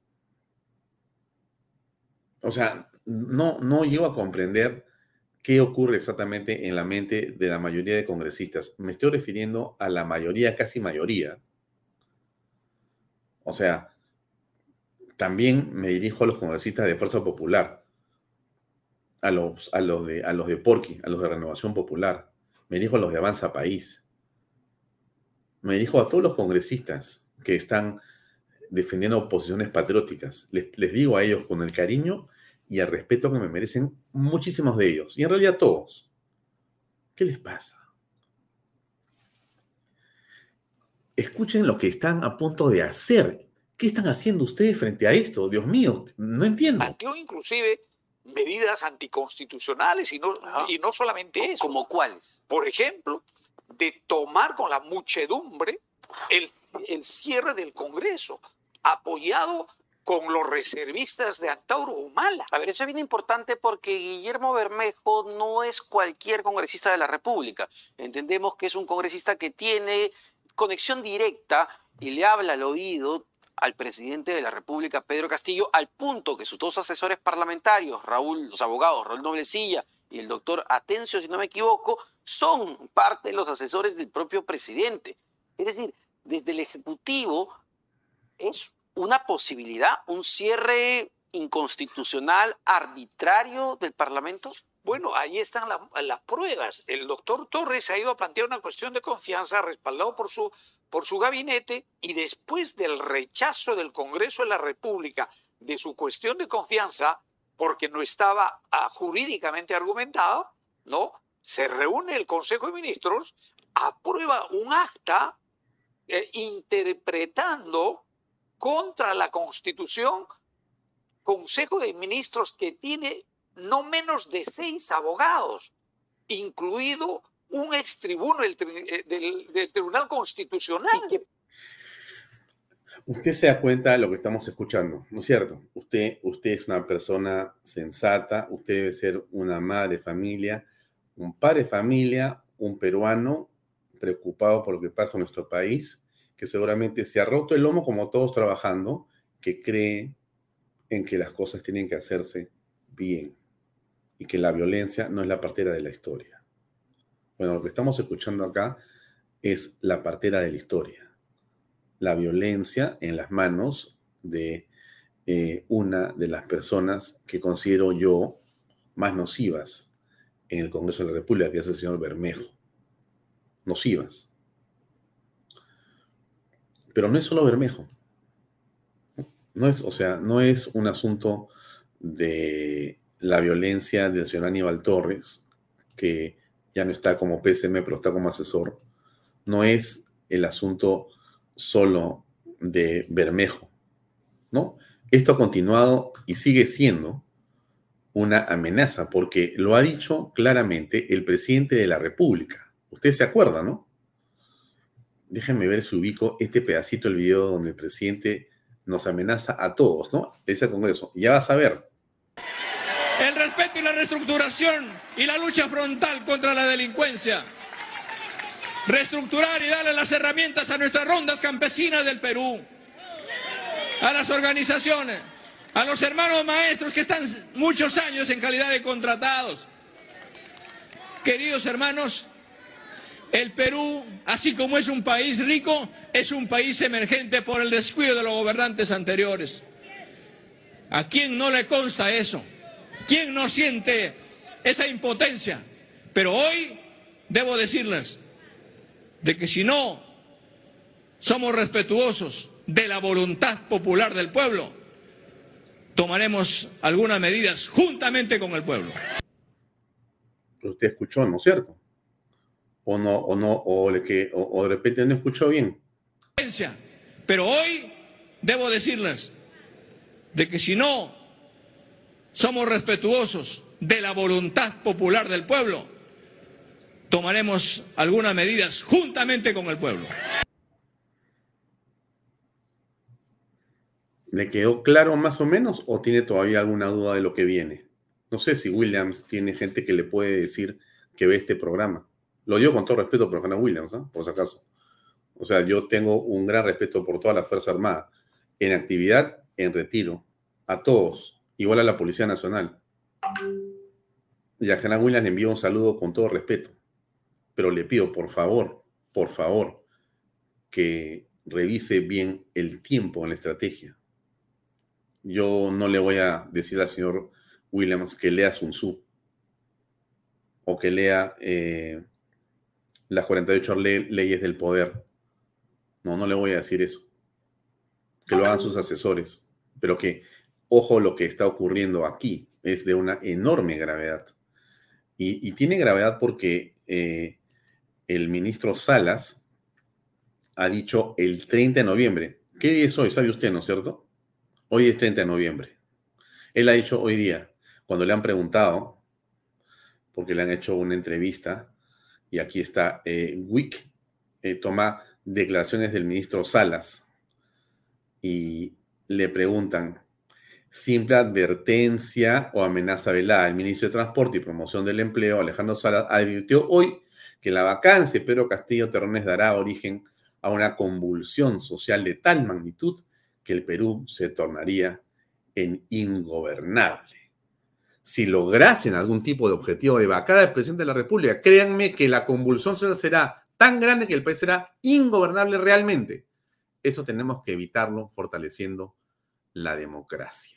Speaker 1: O sea, no llego a comprender qué ocurre exactamente en la mente de la mayoría de congresistas. Me estoy refiriendo a la mayoría, casi mayoría. O sea, también me dirijo a los congresistas de Fuerza Popular, a los de Porqui, a los de Renovación Popular. Me dirijo a los de Avanza País. Me dirijo a todos los congresistas que están defendiendo posiciones patrióticas. Les digo a ellos con el cariño y el respeto que me merecen muchísimos de ellos. Y en realidad todos. ¿Qué les pasa? Escuchen lo que están a punto de hacer. ¿Qué están haciendo ustedes frente a esto? Dios mío, no entiendo.
Speaker 15: Planteó inclusive medidas anticonstitucionales y no solamente eso.
Speaker 14: ¿Como cuáles?
Speaker 15: Por ejemplo, de tomar con la muchedumbre el cierre del Congreso, apoyado con los reservistas de Antauro Humala.
Speaker 14: A ver, eso es bien importante porque Guillermo Bermejo no es cualquier congresista de la República. Entendemos que es un congresista que tiene conexión directa y le habla al oído al presidente de la República, Pedro Castillo, al punto que sus dos asesores parlamentarios, los abogados Raúl Noblecilla y el doctor Atencio, si no me equivoco, son parte de los asesores del propio presidente. Es decir, desde el Ejecutivo es una posibilidad, un cierre inconstitucional, arbitrario del Parlamento.
Speaker 15: Bueno, ahí están las pruebas. El doctor Torres ha ido a plantear una cuestión de confianza respaldado por su gabinete, y después del rechazo del Congreso de la República de su cuestión de confianza, porque no estaba jurídicamente argumentado, ¿no? Se reúne el Consejo de Ministros, aprueba un acta interpretando contra la Constitución, Consejo de Ministros que tiene no menos de 6 abogados, incluido un extribuno del Tribunal Constitucional.
Speaker 1: Usted se da cuenta de lo que estamos escuchando, ¿no es cierto? Usted es una persona sensata, usted debe ser una madre de familia, un padre de familia, un peruano preocupado por lo que pasa en nuestro país, que seguramente se ha roto el lomo como todos trabajando, que cree en que las cosas tienen que hacerse bien y que la violencia no es la partera de la historia. Bueno, lo que estamos escuchando acá es la partera de la historia. La violencia en las manos de una de las personas que considero yo más nocivas en el Congreso de la República, que es el señor Bermejo. Nocivas. Pero no es solo Bermejo. No es un asunto de la violencia del señor Aníbal Torres, que ya no está como PSM, pero está como asesor. No es el asunto solo de Bermejo, ¿no? Esto ha continuado y sigue siendo una amenaza, porque lo ha dicho claramente el presidente de la República. Usted se acuerda, ¿no? Déjenme ver si ubico este pedacito del video donde el presidente nos amenaza a todos, ¿no? Ese Congreso. Ya vas a ver.
Speaker 13: El respeto y la reestructuración y la lucha frontal contra la delincuencia. Reestructurar y darle las herramientas a nuestras rondas campesinas del Perú, a las organizaciones, a los hermanos maestros que están muchos años en calidad de contratados. Queridos hermanos, el Perú, así como es un país rico, es un país emergente por el descuido de los gobernantes anteriores. ¿A quién no le consta eso? ¿Quién no siente esa impotencia? Pero hoy debo decirles de que si no somos respetuosos de la voluntad popular del pueblo, tomaremos algunas medidas juntamente con el pueblo.
Speaker 1: Usted escuchó, ¿no es cierto? O de repente no escuchó bien.
Speaker 13: Pero hoy debo decirles de que si no somos respetuosos de la voluntad popular del pueblo, tomaremos algunas medidas juntamente con el pueblo.
Speaker 1: ¿Le quedó claro más o menos o tiene todavía alguna duda de lo que viene? No sé si Williams tiene gente que le puede decir que ve este programa. Lo digo con todo respeto por Hannah Williams, ¿eh? Por si acaso. O sea, yo tengo un gran respeto por toda la Fuerza Armada, en actividad, en retiro, a todos, igual a la Policía Nacional. Y a Hannah Williams le envío un saludo con todo respeto, pero le pido, por favor, que revise bien el tiempo en la estrategia. Yo no le voy a decir al señor Williams que lea Sun Tzu o que lea las 48 leyes del poder. No le voy a decir eso. Que lo hagan sus asesores. Pero que, ojo, lo que está ocurriendo aquí es de una enorme gravedad. Y tiene gravedad porque el ministro Salas ha dicho el 30 de noviembre. ¿Qué día es hoy? ¿Sabe usted, no es cierto? Hoy es 30 de noviembre. Él ha dicho hoy día, cuando le han preguntado, porque le han hecho una entrevista, y aquí está, WIC toma declaraciones del ministro Salas y le preguntan, simple advertencia o amenaza velada. El ministro de Transporte y Promoción del Empleo, Alejandro Salas, advirtió hoy que la vacancia de Pedro Castillo Terrones dará origen a una convulsión social de tal magnitud que el Perú se tornaría en ingobernable. Si lograsen algún tipo de objetivo de vacar al presidente de la República, créanme que la convulsión social será tan grande que el país será ingobernable realmente. Eso tenemos que evitarlo fortaleciendo la democracia.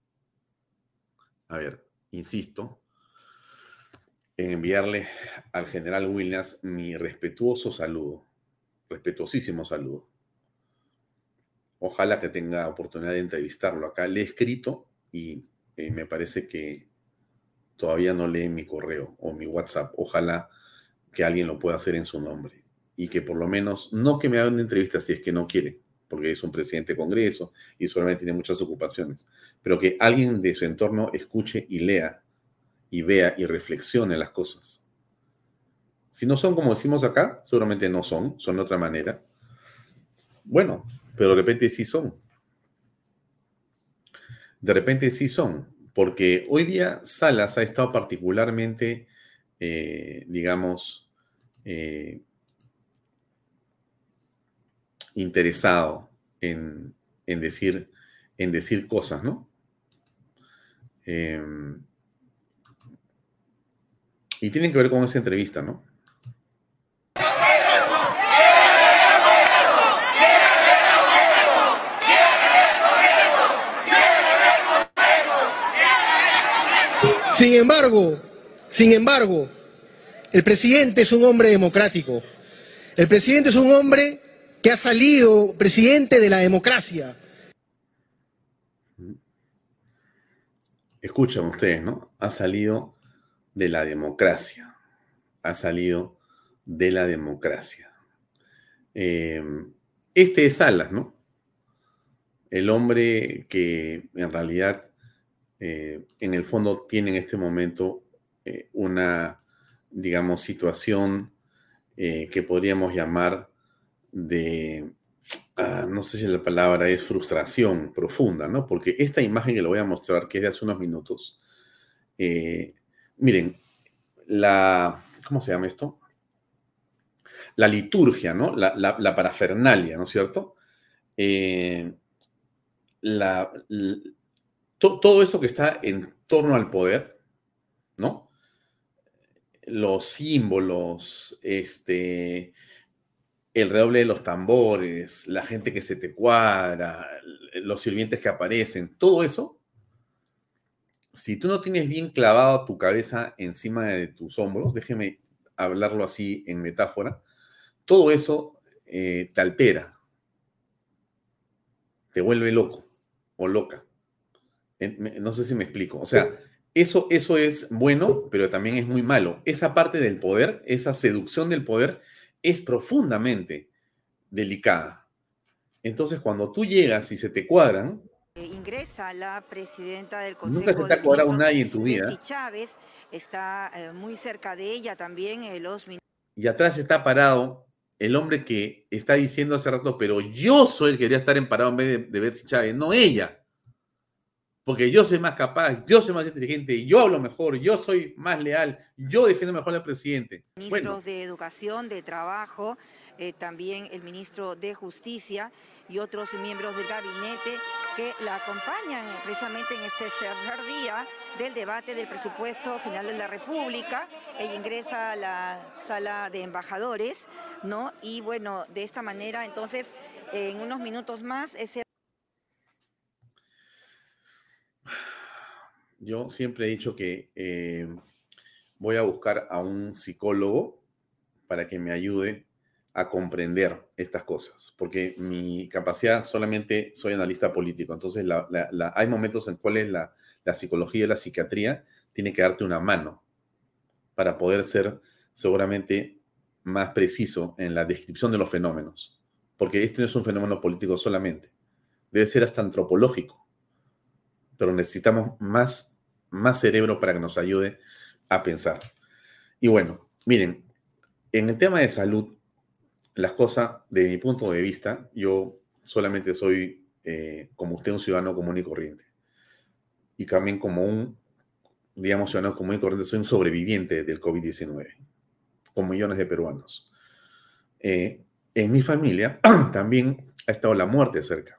Speaker 1: A ver, insisto en enviarle al general Williams mi respetuoso saludo, respetuosísimo saludo. Ojalá que tenga oportunidad de entrevistarlo acá. Le he escrito y me parece que todavía no lee mi correo o mi WhatsApp. Ojalá que alguien lo pueda hacer en su nombre y que por lo menos, no que me haga una entrevista si es que no quiere, porque es un presidente de Congreso y solamente tiene muchas ocupaciones, pero que alguien de su entorno escuche y lea y vea y reflexione las cosas. Si no son como decimos acá, seguramente no son de otra manera. Bueno, pero de repente sí son. De repente sí son, porque hoy día Salas ha estado particularmente, interesado en decir cosas, ¿no? Y tienen que ver con esa entrevista, ¿no?
Speaker 16: Sin embargo, el presidente es un hombre democrático. El presidente es un hombre que ha salido presidente de la democracia.
Speaker 1: Escuchan ustedes, ¿no? Ha salido de la democracia. Ha salido de la democracia. Este es Salas, ¿no? El hombre que en realidad, en el fondo, tiene en este momento una, digamos, situación que podríamos llamar de, no sé si la palabra es frustración profunda, ¿no? Porque esta imagen que le voy a mostrar, que es de hace unos minutos, miren, ¿cómo se llama esto? La liturgia, ¿no? La parafernalia, ¿no es cierto? Todo eso que está en torno al poder, ¿no? Los símbolos, el redoble de los tambores, la gente que se te cuadra, los sirvientes que aparecen, todo eso, si tú no tienes bien clavado tu cabeza encima de tus hombros, déjeme hablarlo así en metáfora, todo eso te altera, te vuelve loco o loca. No sé si me explico. O sea, eso es bueno, pero también es muy malo. Esa parte del poder, esa seducción del poder, es profundamente delicada. Entonces, cuando tú llegas y se te cuadran,
Speaker 17: ingresa la presidenta del Consejo.
Speaker 1: Nunca se te ha cuadrado nadie en tu vida.
Speaker 17: Betsy Chávez está muy cerca de ella también.
Speaker 1: Y atrás está parado el hombre que está diciendo hace rato, pero yo soy el que debería estar parado en vez de Betsy Chávez, no ella. porque yo soy más capaz, yo soy más inteligente, yo hablo mejor, yo soy más leal, yo defiendo mejor al presidente.
Speaker 17: Ministros de Educación, de Trabajo, también el ministro de Justicia y otros miembros del gabinete que la acompañan precisamente en este tercer día del debate del presupuesto general de la República. Ella ingresa a la sala de embajadores, ¿no? Y bueno, de esta manera, entonces, en unos minutos más,
Speaker 1: Yo siempre he dicho que voy a buscar a un psicólogo para que me ayude a comprender estas cosas, porque mi capacidad solamente soy analista político, entonces hay momentos en cuales la psicología y la psiquiatría tiene que darte una mano para poder ser seguramente más preciso en la descripción de los fenómenos, porque este no es un fenómeno político solamente, debe ser hasta antropológico, pero necesitamos más cerebro para que nos ayude a pensar. Y bueno, miren, en el tema de salud, las cosas, de mi punto de vista, yo solamente soy, como usted, un ciudadano común y corriente. Y también como un, digamos, ciudadano común y corriente, soy un sobreviviente del COVID-19, con millones de peruanos. En mi familia también ha estado la muerte cerca.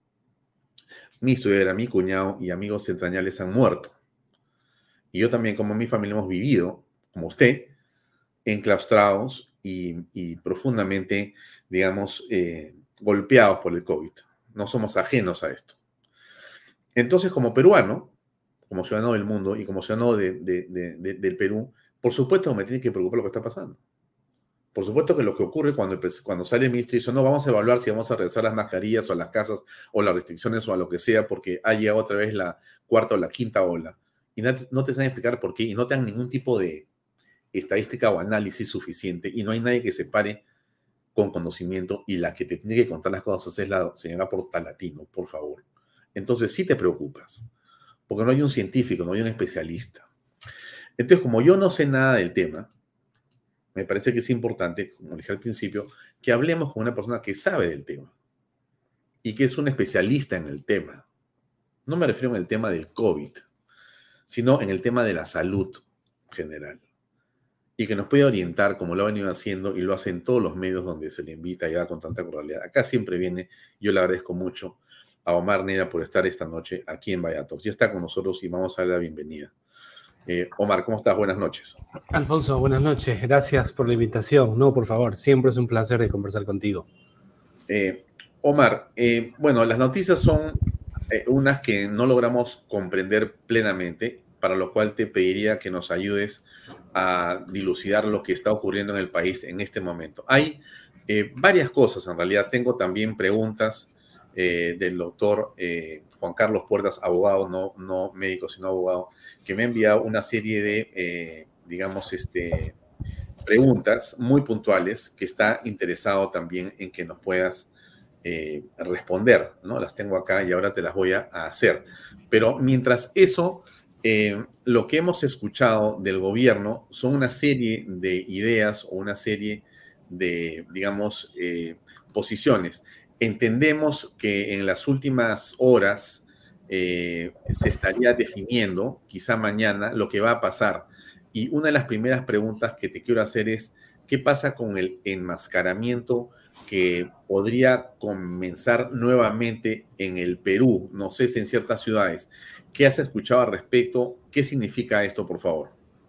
Speaker 1: Mi suegra, mi cuñado y amigos entrañables han muerto. Y yo también, como mi familia, hemos vivido, como usted, enclaustrados y profundamente, digamos, golpeados por el COVID. No somos ajenos a esto. Entonces, como peruano, como ciudadano del mundo y como ciudadano del Perú, por supuesto me tiene que preocupar lo que está pasando. Por supuesto que lo que ocurre cuando sale el ministro y dice, no, vamos a evaluar si vamos a regresar las mascarillas o a las casas o las restricciones o a lo que sea, porque ha llegado otra vez la cuarta o la quinta ola. Y no te saben explicar por qué y no te dan ningún tipo de estadística o análisis suficiente y no hay nadie que se pare con conocimiento y la que te tiene que contar las cosas es la señora Portalatino, por favor. Entonces sí te preocupas, porque no hay un científico, no hay un especialista. Entonces, como yo no sé nada del tema, me parece que es importante, como dije al principio, que hablemos con una persona que sabe del tema y que es un especialista en el tema. No me refiero en el tema del COVID, sino en el tema de la salud general. Y que nos puede orientar, como lo ha venido haciendo, y lo hace en todos los medios donde se le invita y da con tanta cordialidad. Acá siempre viene, yo le agradezco mucho a Omar Neda por estar esta noche aquí en Vaya Talks. Ya está con nosotros y vamos a darle la bienvenida. Omar, ¿cómo estás? Buenas noches.
Speaker 18: Alfonso, buenas noches. Gracias por la invitación. No, por favor, siempre es un placer de conversar contigo.
Speaker 1: Omar, bueno, las noticias son unas que no logramos comprender plenamente, para lo cual te pediría que nos ayudes a dilucidar lo que está ocurriendo en el país en este momento. Hay varias cosas, en realidad. Tengo también preguntas del doctor Juan Carlos Puertas, abogado, no médico, sino abogado, que me ha enviado una serie de, preguntas muy puntuales que está interesado también en que nos puedas responder, ¿no? Las tengo acá y ahora te las voy a hacer. Pero mientras eso, lo que hemos escuchado del gobierno son una serie de ideas o una serie de, digamos, posiciones. Entendemos que en las últimas horas se estaría definiendo, quizá mañana, lo que va a pasar. Y una de las primeras preguntas que te quiero hacer es, ¿qué pasa con el enmascaramiento que podría comenzar nuevamente en el Perú? No sé si en ciertas ciudades. ¿Qué has escuchado al respecto? ¿Qué significa esto, por favor?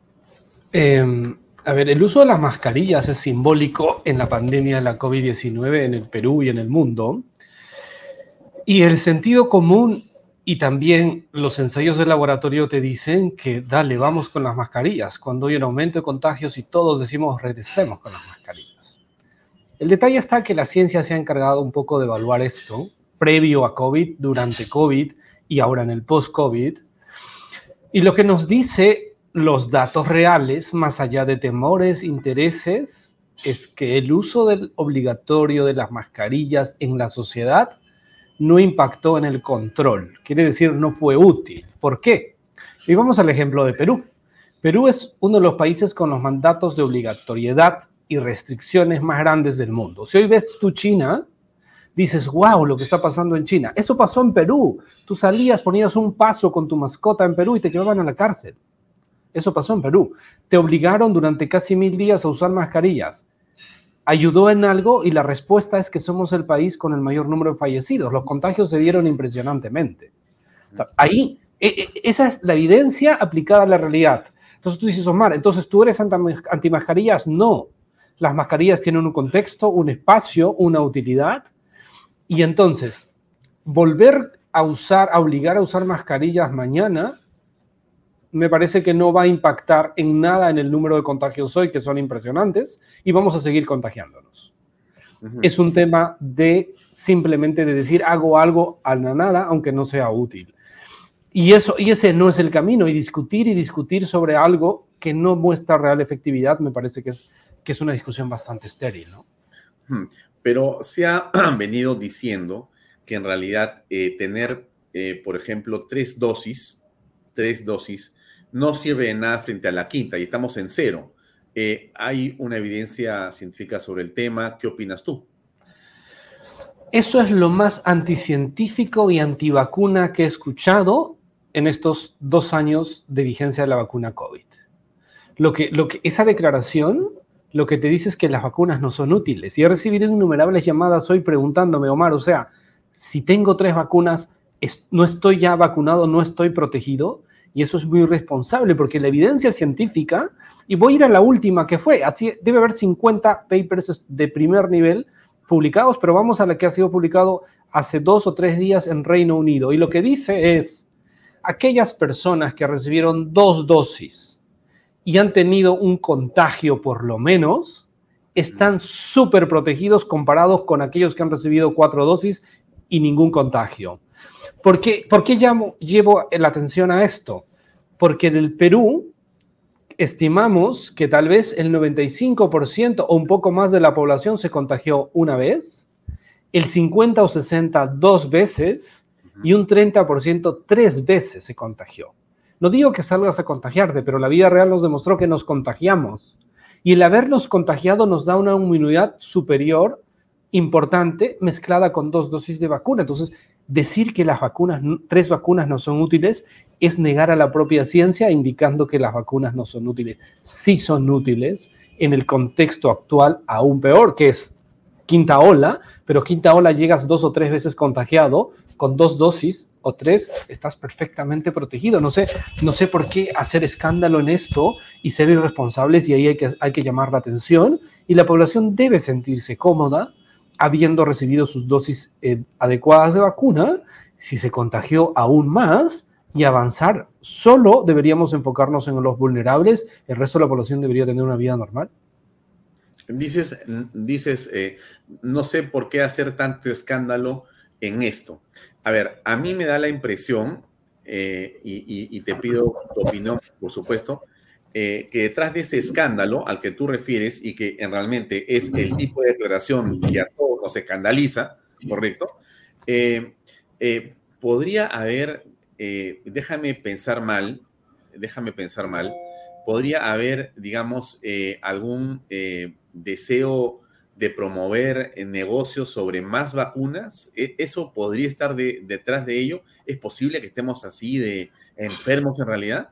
Speaker 18: A ver, el uso de las mascarillas es simbólico en la pandemia de la COVID-19 en el Perú y en el mundo. Y el sentido común y también los ensayos de laboratorio te dicen que dale, vamos con las mascarillas. Cuando hay un aumento de contagios y todos decimos regresemos con las mascarillas. El detalle está que la ciencia se ha encargado un poco de evaluar esto previo a COVID, durante COVID y ahora en el post-COVID. Y lo que nos dice los datos reales, más allá de temores, intereses, es que el uso obligatorio de las mascarillas en la sociedad no impactó en el control. Quiere decir, no fue útil. ¿Por qué? Y vamos al ejemplo de Perú. Perú es uno de los países con los mandatos de obligatoriedad y restricciones más grandes del mundo. Si hoy ves tú China, dices, wow, lo que está pasando en China. Eso pasó en Perú. Tú salías, ponías un paso con tu mascota en Perú y te llevaban a la cárcel. Eso pasó en Perú. Te obligaron durante casi 1000 días a usar mascarillas. ¿Ayudó en algo? Y la respuesta es que somos el país con el mayor número de fallecidos. Los contagios se dieron impresionantemente. O sea, ahí, esa es la evidencia aplicada a la realidad. Entonces tú dices, Omar, ¿entonces tú eres antimascarillas? No. Las mascarillas tienen un contexto, un espacio, una utilidad. Y entonces, volver a obligar a usar mascarillas mañana, me parece que no va a impactar en nada en el número de contagios hoy, que son impresionantes, y vamos a seguir contagiándonos. Es un tema de simplemente de decir, hago algo a la nada, aunque no sea útil. Y ese no es el camino, y discutir sobre algo que no muestra real efectividad, me parece que es una discusión bastante estéril, ¿no?
Speaker 1: Pero se ha venido diciendo que en realidad tener, por ejemplo, 3 dosis, no sirve de nada frente a la quinta, y estamos en 0. ¿Hay una evidencia científica sobre el tema? ¿Qué opinas tú?
Speaker 18: Eso es lo más anticientífico y antivacuna que he escuchado en estos 2 años de vigencia de la vacuna COVID. Esa declaración lo que te dice es que las vacunas no son útiles. Y he recibido innumerables llamadas hoy preguntándome, Omar, o sea, si tengo 3 vacunas, ¿no estoy ya vacunado, no estoy protegido? Y eso es muy irresponsable, porque la evidencia científica, y voy a ir a la última que fue, así debe haber 50 papers de primer nivel publicados, pero vamos a la que ha sido publicado hace 2 o 3 días en Reino Unido. Y lo que dice es, aquellas personas que recibieron 2 dosis y han tenido un contagio por lo menos, están súper protegidos comparados con aquellos que han recibido 4 dosis y ningún contagio. ¿Por qué llevo la atención a esto? Porque en el Perú estimamos que tal vez el 95% o un poco más de la población se contagió una vez, el 50 o 60 2 veces y un 30% 3 veces se contagió. No digo que salgas a contagiarte, pero la vida real nos demostró que nos contagiamos. Y el habernos contagiado nos da una inmunidad superior importante mezclada con 2 dosis de vacuna. Entonces, decir que las vacunas, 3 vacunas no son útiles es negar a la propia ciencia indicando que las vacunas no son útiles. Sí son útiles en el contexto actual aún peor, que es quinta ola, pero quinta ola llegas 2 o 3 veces contagiado, con 2 dosis o 3 estás perfectamente protegido. No sé por qué hacer escándalo en esto y ser irresponsables, y ahí hay que llamar la atención, y la población debe sentirse cómoda habiendo recibido sus dosis adecuadas de vacuna. Si se contagió aún más, y avanzar. Solo deberíamos enfocarnos en los vulnerables, el resto de la población debería tener una vida normal.
Speaker 1: Dices, no sé por qué hacer tanto escándalo en esto. A ver, a mí me da la impresión, y te pido tu opinión, por supuesto, que detrás de ese escándalo al que tú refieres, y que realmente es el tipo de declaración que a todos nos escandaliza, ¿correcto? Podría haber, déjame pensar mal, podría haber, digamos, algún deseo de promover negocios sobre más vacunas. ¿Eso podría estar detrás de ello? ¿Es posible que estemos así de enfermos en realidad?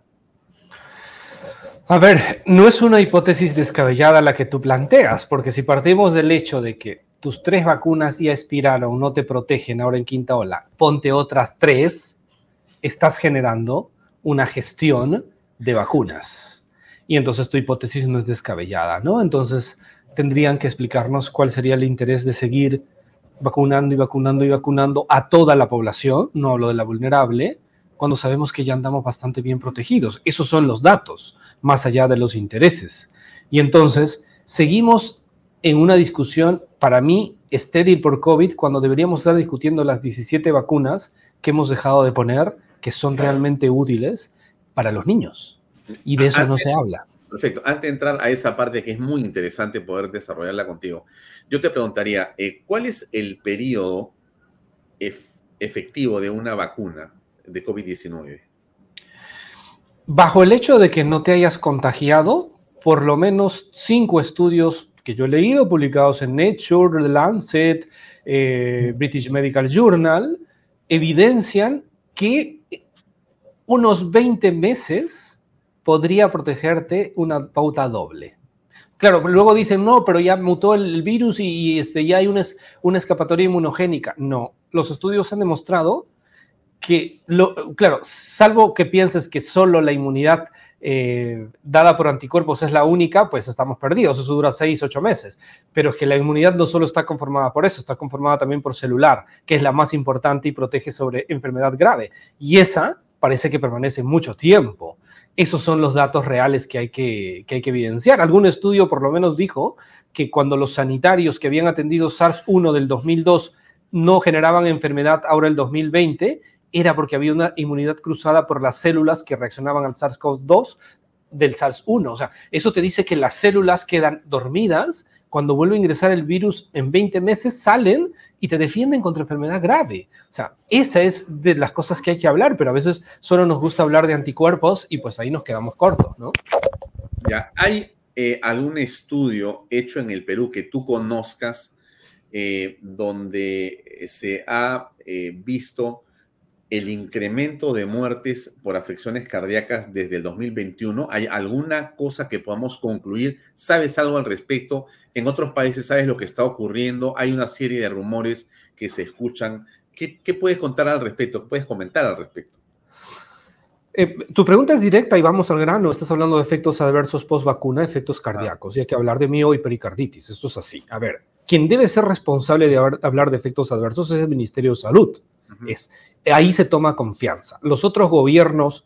Speaker 18: A ver, no es una hipótesis descabellada la que tú planteas, porque si partimos del hecho de que tus 3 vacunas ya expiraron, no te protegen ahora en quinta ola, ponte otras 3, estás generando una gestión de vacunas. Y entonces tu hipótesis no es descabellada, ¿no? Entonces tendrían que explicarnos cuál sería el interés de seguir vacunando y vacunando y vacunando a toda la población, no hablo de la vulnerable, cuando sabemos que ya andamos bastante bien protegidos. Esos son los datos, más allá de los intereses. Y entonces seguimos en una discusión, para mí, estéril por COVID, cuando deberíamos estar discutiendo las 17 vacunas que hemos dejado de poner, que son realmente útiles para los niños. Y de eso no se habla.
Speaker 1: Perfecto. Antes de entrar a esa parte que es muy interesante poder desarrollarla contigo, yo te preguntaría, ¿cuál es el periodo efectivo de una vacuna de COVID-19?
Speaker 18: Bajo el hecho de que no te hayas contagiado, por lo menos 5 estudios que yo he leído, publicados en Nature, The Lancet, British Medical Journal, evidencian que unos 20 meses podría protegerte una pauta doble. Claro, luego dicen, no, pero ya mutó el virus y ya hay una escapatoria inmunogénica. No, los estudios han demostrado que, claro, salvo que pienses que solo la inmunidad dada por anticuerpos es la única, pues estamos perdidos, eso dura 6, 8 meses. Pero es que la inmunidad no solo está conformada por eso, está conformada también por celular, que es la más importante y protege sobre enfermedad grave. Y esa parece que permanece mucho tiempo. Esos son los datos reales que hay que evidenciar. Algún estudio por lo menos dijo que cuando los sanitarios que habían atendido SARS-1 del 2002 no generaban enfermedad ahora el 2020, era porque había una inmunidad cruzada por las células que reaccionaban al SARS-CoV-2 del SARS-1. O sea, eso te dice que las células quedan dormidas, cuando vuelve a ingresar el virus en 20 meses salen y te defienden contra enfermedad grave. O sea, esa es de las cosas que hay que hablar, pero a veces solo nos gusta hablar de anticuerpos y pues ahí nos quedamos cortos, ¿no?
Speaker 1: Ya, ¿hay algún estudio hecho en el Perú que tú conozcas donde se ha visto el incremento de muertes por afecciones cardíacas desde el 2021? ¿Hay alguna cosa que podamos concluir? ¿Sabes algo al respecto? En otros países sabes lo que está ocurriendo. Hay una serie de rumores que se escuchan. ¿Qué puedes contar al respecto? ¿Qué puedes comentar al respecto?
Speaker 18: Tu pregunta es directa y vamos al grano. Estás hablando de efectos adversos post-vacuna, efectos cardíacos. Y hay que hablar de mio y pericarditis. Esto es así. A ver, quien debe ser responsable de hablar de efectos adversos es el Ministerio de Salud. Ahí se toma confianza. Los otros gobiernos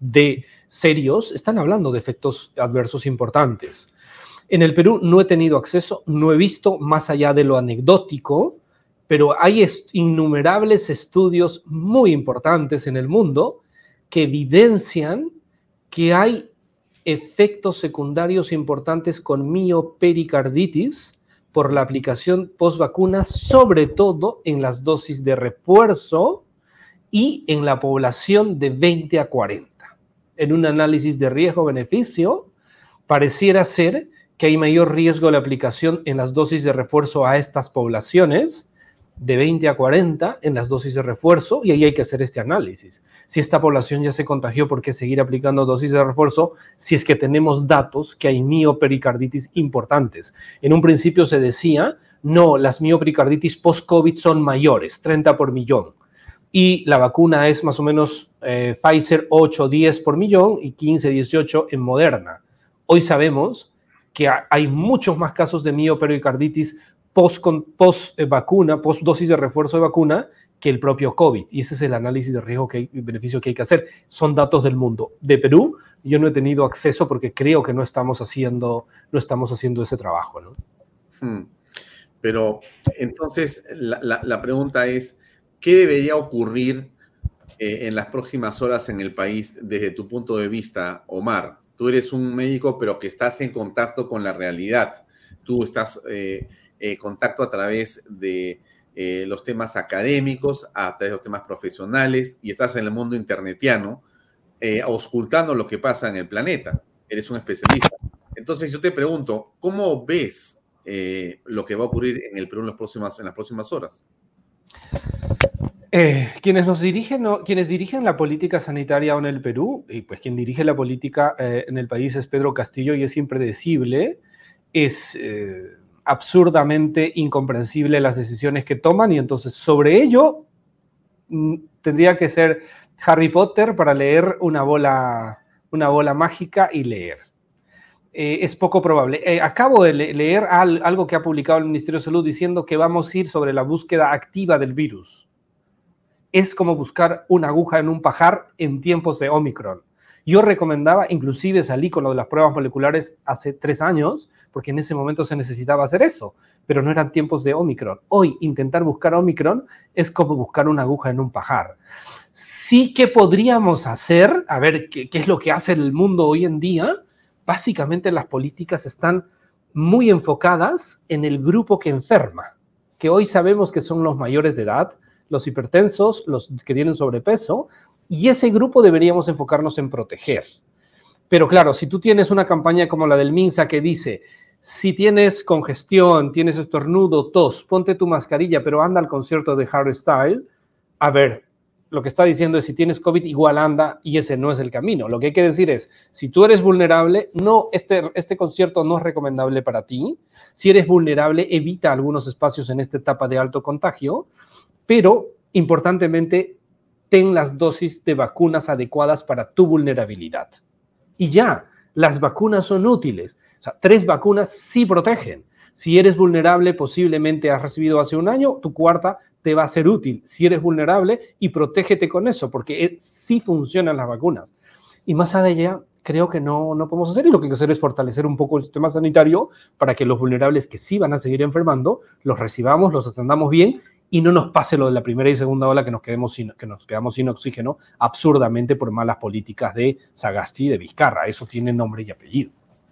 Speaker 18: serios están hablando de efectos adversos importantes. En el Perú no he tenido acceso, no he visto más allá de lo anecdótico, pero hay innumerables estudios muy importantes en el mundo que evidencian que hay efectos secundarios importantes con miopericarditis por la aplicación post-vacuna, sobre todo en las dosis de refuerzo y en la población de 20 a 40. En un análisis de riesgo-beneficio, pareciera ser que hay mayor riesgo de la aplicación en las dosis de refuerzo a estas poblaciones, de 20 a 40 en las dosis de refuerzo, y ahí hay que hacer este análisis. Si esta población ya se contagió, ¿por qué seguir aplicando dosis de refuerzo si es que tenemos datos que hay miopericarditis importantes? En un principio se decía, no, las miopericarditis post-COVID son mayores, 30 por millón, y la vacuna es más o menos Pfizer 8, 10 por millón y 15, 18 en Moderna. Hoy sabemos que hay muchos más casos de miopericarditis post-vacuna, post-dosis de refuerzo de vacuna, que el propio COVID. Y ese es el análisis de riesgo y beneficio que hay que hacer. Son datos del mundo. De Perú, yo no he tenido acceso porque creo que no estamos haciendo ese trabajo, ¿no?
Speaker 1: Pero entonces la pregunta es, ¿qué debería ocurrir en las próximas horas en el país desde tu punto de vista, Omar? Tú eres un médico, pero que estás en contacto con la realidad. Tú estás en contacto a través de los temas académicos, a través de los temas profesionales, y estás en el mundo internetiano, auscultando lo que pasa en el planeta. Eres un especialista. Entonces yo te pregunto, ¿cómo ves lo que va a ocurrir en el Perú en las próximas horas?
Speaker 18: Quienes dirigen la política sanitaria en el Perú, y pues quien dirige la política en el país es Pedro Castillo, y es impredecible, es absurdamente incomprensible las decisiones que toman, y entonces sobre ello tendría que ser Harry Potter para leer una bola mágica y leer. Es poco probable. Acabo de leer algo que ha publicado el Ministerio de Salud diciendo que vamos a ir sobre la búsqueda activa del virus. Es como buscar una aguja en un pajar en tiempos de Omicron. Yo recomendaba, inclusive salí con lo de las pruebas moleculares hace 3 años, porque en ese momento se necesitaba hacer eso, pero no eran tiempos de Omicron. Hoy, intentar buscar Omicron es como buscar una aguja en un pajar. Sí que podríamos hacer, a ver, ¿qué es lo que hace el mundo hoy en día? Básicamente las políticas están muy enfocadas en el grupo que enferma, que hoy sabemos que son los mayores de edad, los hipertensos, los que tienen sobrepeso, y ese grupo deberíamos enfocarnos en proteger. Pero claro, si tú tienes una campaña como la del MINSA que dice, si tienes congestión, tienes estornudo, tos, ponte tu mascarilla, pero anda al concierto de Harry Styles. A ver, lo que está diciendo es si tienes COVID, igual anda, y ese no es el camino. Lo que hay que decir es, si tú eres vulnerable, no, este concierto no es recomendable para ti. Si eres vulnerable, evita algunos espacios en esta etapa de alto contagio, pero, importantemente, ten las dosis de vacunas adecuadas para tu vulnerabilidad. Y ya, las vacunas son útiles. O sea, 3 vacunas sí protegen. Si eres vulnerable, posiblemente has recibido hace un año, tu 4ª te va a ser útil. Si eres vulnerable, y protégete con eso, porque sí funcionan las vacunas. Y más allá, creo que no podemos hacer, y lo que hay que hacer es fortalecer un poco el sistema sanitario para que los vulnerables que sí van a seguir enfermando, los recibamos, los atendamos bien, y no nos pase lo de la primera y segunda ola que nos quedamos sin oxígeno absurdamente por malas políticas de Sagasti y de Vizcarra. Eso tiene nombre y apellido.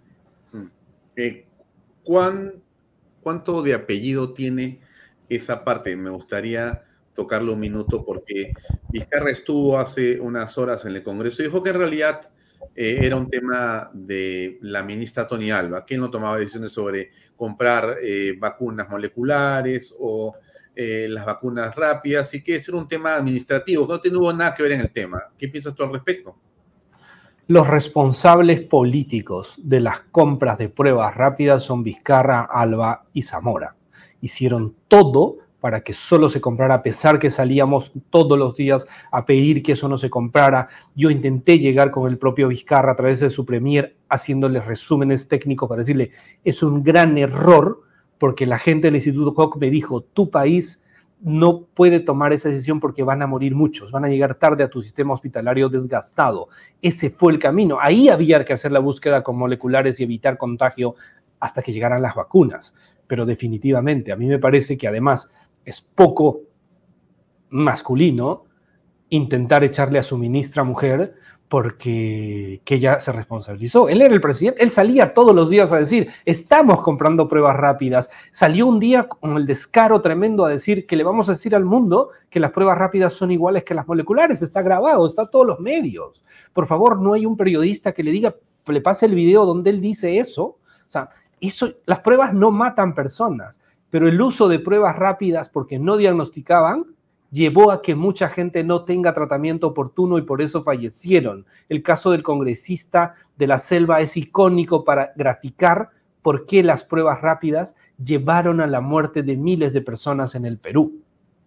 Speaker 1: ¿Cuánto de apellido tiene esa parte? Me gustaría tocarlo un minuto porque Vizcarra estuvo hace unas horas en el Congreso y dijo que en realidad era un tema de la ministra Tony Alva, que no tomaba decisiones sobre comprar vacunas moleculares o las vacunas rápidas, y que ese era un tema administrativo, que no tuvo nada que ver en el tema. ¿Qué piensas tú al respecto?
Speaker 18: Los responsables políticos de las compras de pruebas rápidas son Vizcarra, Alva y Zamora. Hicieron todo para que solo se comprara, a pesar que salíamos todos los días a pedir que eso no se comprara. Yo intenté llegar con el propio Vizcarra a través de su premier, haciéndole resúmenes técnicos para decirle, es un gran error, porque la gente del Instituto Koch me dijo, tu país no puede tomar esa decisión porque van a morir muchos, van a llegar tarde a tu sistema hospitalario desgastado. Ese fue el camino. Ahí había que hacer la búsqueda con moleculares y evitar contagio hasta que llegaran las vacunas. Pero definitivamente, a mí me parece que además es poco masculino intentar echarle a su ministra mujer porque que ella se responsabilizó. Él era el presidente, él salía todos los días a decir, estamos comprando pruebas rápidas. Salió un día con el descaro tremendo a decir que le vamos a decir al mundo que las pruebas rápidas son iguales que las moleculares. Está grabado, está en todos los medios. Por favor, no hay un periodista que le diga, le pase el video donde él dice eso. O sea, las pruebas no matan personas, pero el uso de pruebas rápidas porque no diagnosticaban llevó a que mucha gente no tenga tratamiento oportuno y por eso fallecieron. El caso del congresista de la Selva es icónico para graficar por qué las pruebas rápidas llevaron a la muerte de miles de personas en el Perú.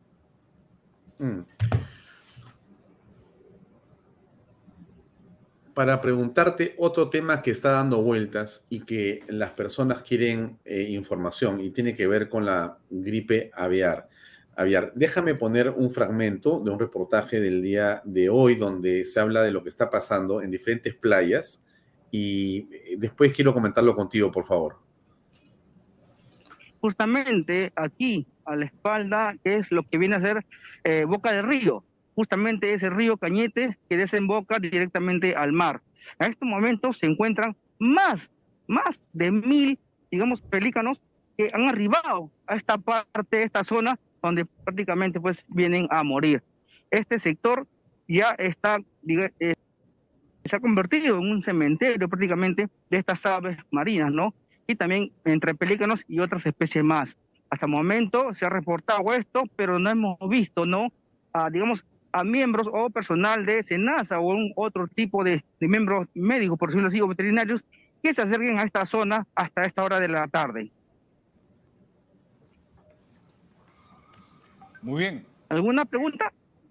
Speaker 1: Para preguntarte otro tema que está dando vueltas y que las personas quieren información y tiene que ver con la gripe aviar. Déjame poner un fragmento de un reportaje del día de hoy donde se habla de lo que está pasando en diferentes playas y después quiero comentarlo contigo, por favor.
Speaker 19: Justamente aquí, a la espalda, que es lo que viene a ser Boca del Río, justamente ese río Cañete que desemboca directamente al mar. En estos momentos se encuentran más de 1000, digamos, pelícanos que han arribado a esta parte, esta zona, donde prácticamente pues vienen a morir. Este sector ya está, se ha convertido en un cementerio prácticamente de estas aves marinas, ¿no? Y también entre pelícanos y otras especies más. Hasta el momento se ha reportado esto, pero no hemos visto, ¿no? A miembros o personal de SENASA o otro tipo de miembros médicos, por decirlo así, o veterinarios, que se acerquen a esta zona hasta esta hora de la tarde.
Speaker 20: Muy bien.
Speaker 19: ¿Alguna pregunta?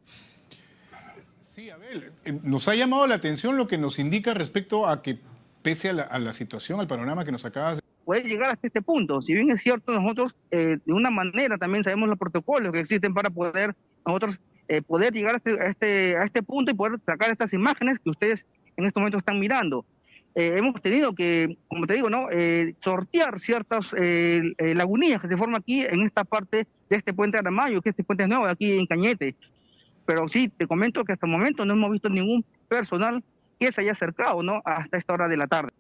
Speaker 20: Sí, Abel, nos ha llamado la atención lo que nos indica respecto a que, pese a la situación, al panorama que nos acabas de...
Speaker 19: Puede llegar hasta este punto. Si bien es cierto, nosotros de una manera también sabemos los protocolos que existen para poder nosotros poder llegar a este punto y poder sacar estas imágenes que ustedes en este momento están mirando. Hemos tenido que, como te digo, ¿no? Sortear ciertas lagunillas que se forman aquí en esta parte de este puente Aramayo, que este puente es nuevo aquí en Cañete. Pero sí, te comento que hasta el momento no hemos visto ningún personal que se haya acercado, ¿no? Hasta esta hora de la tarde.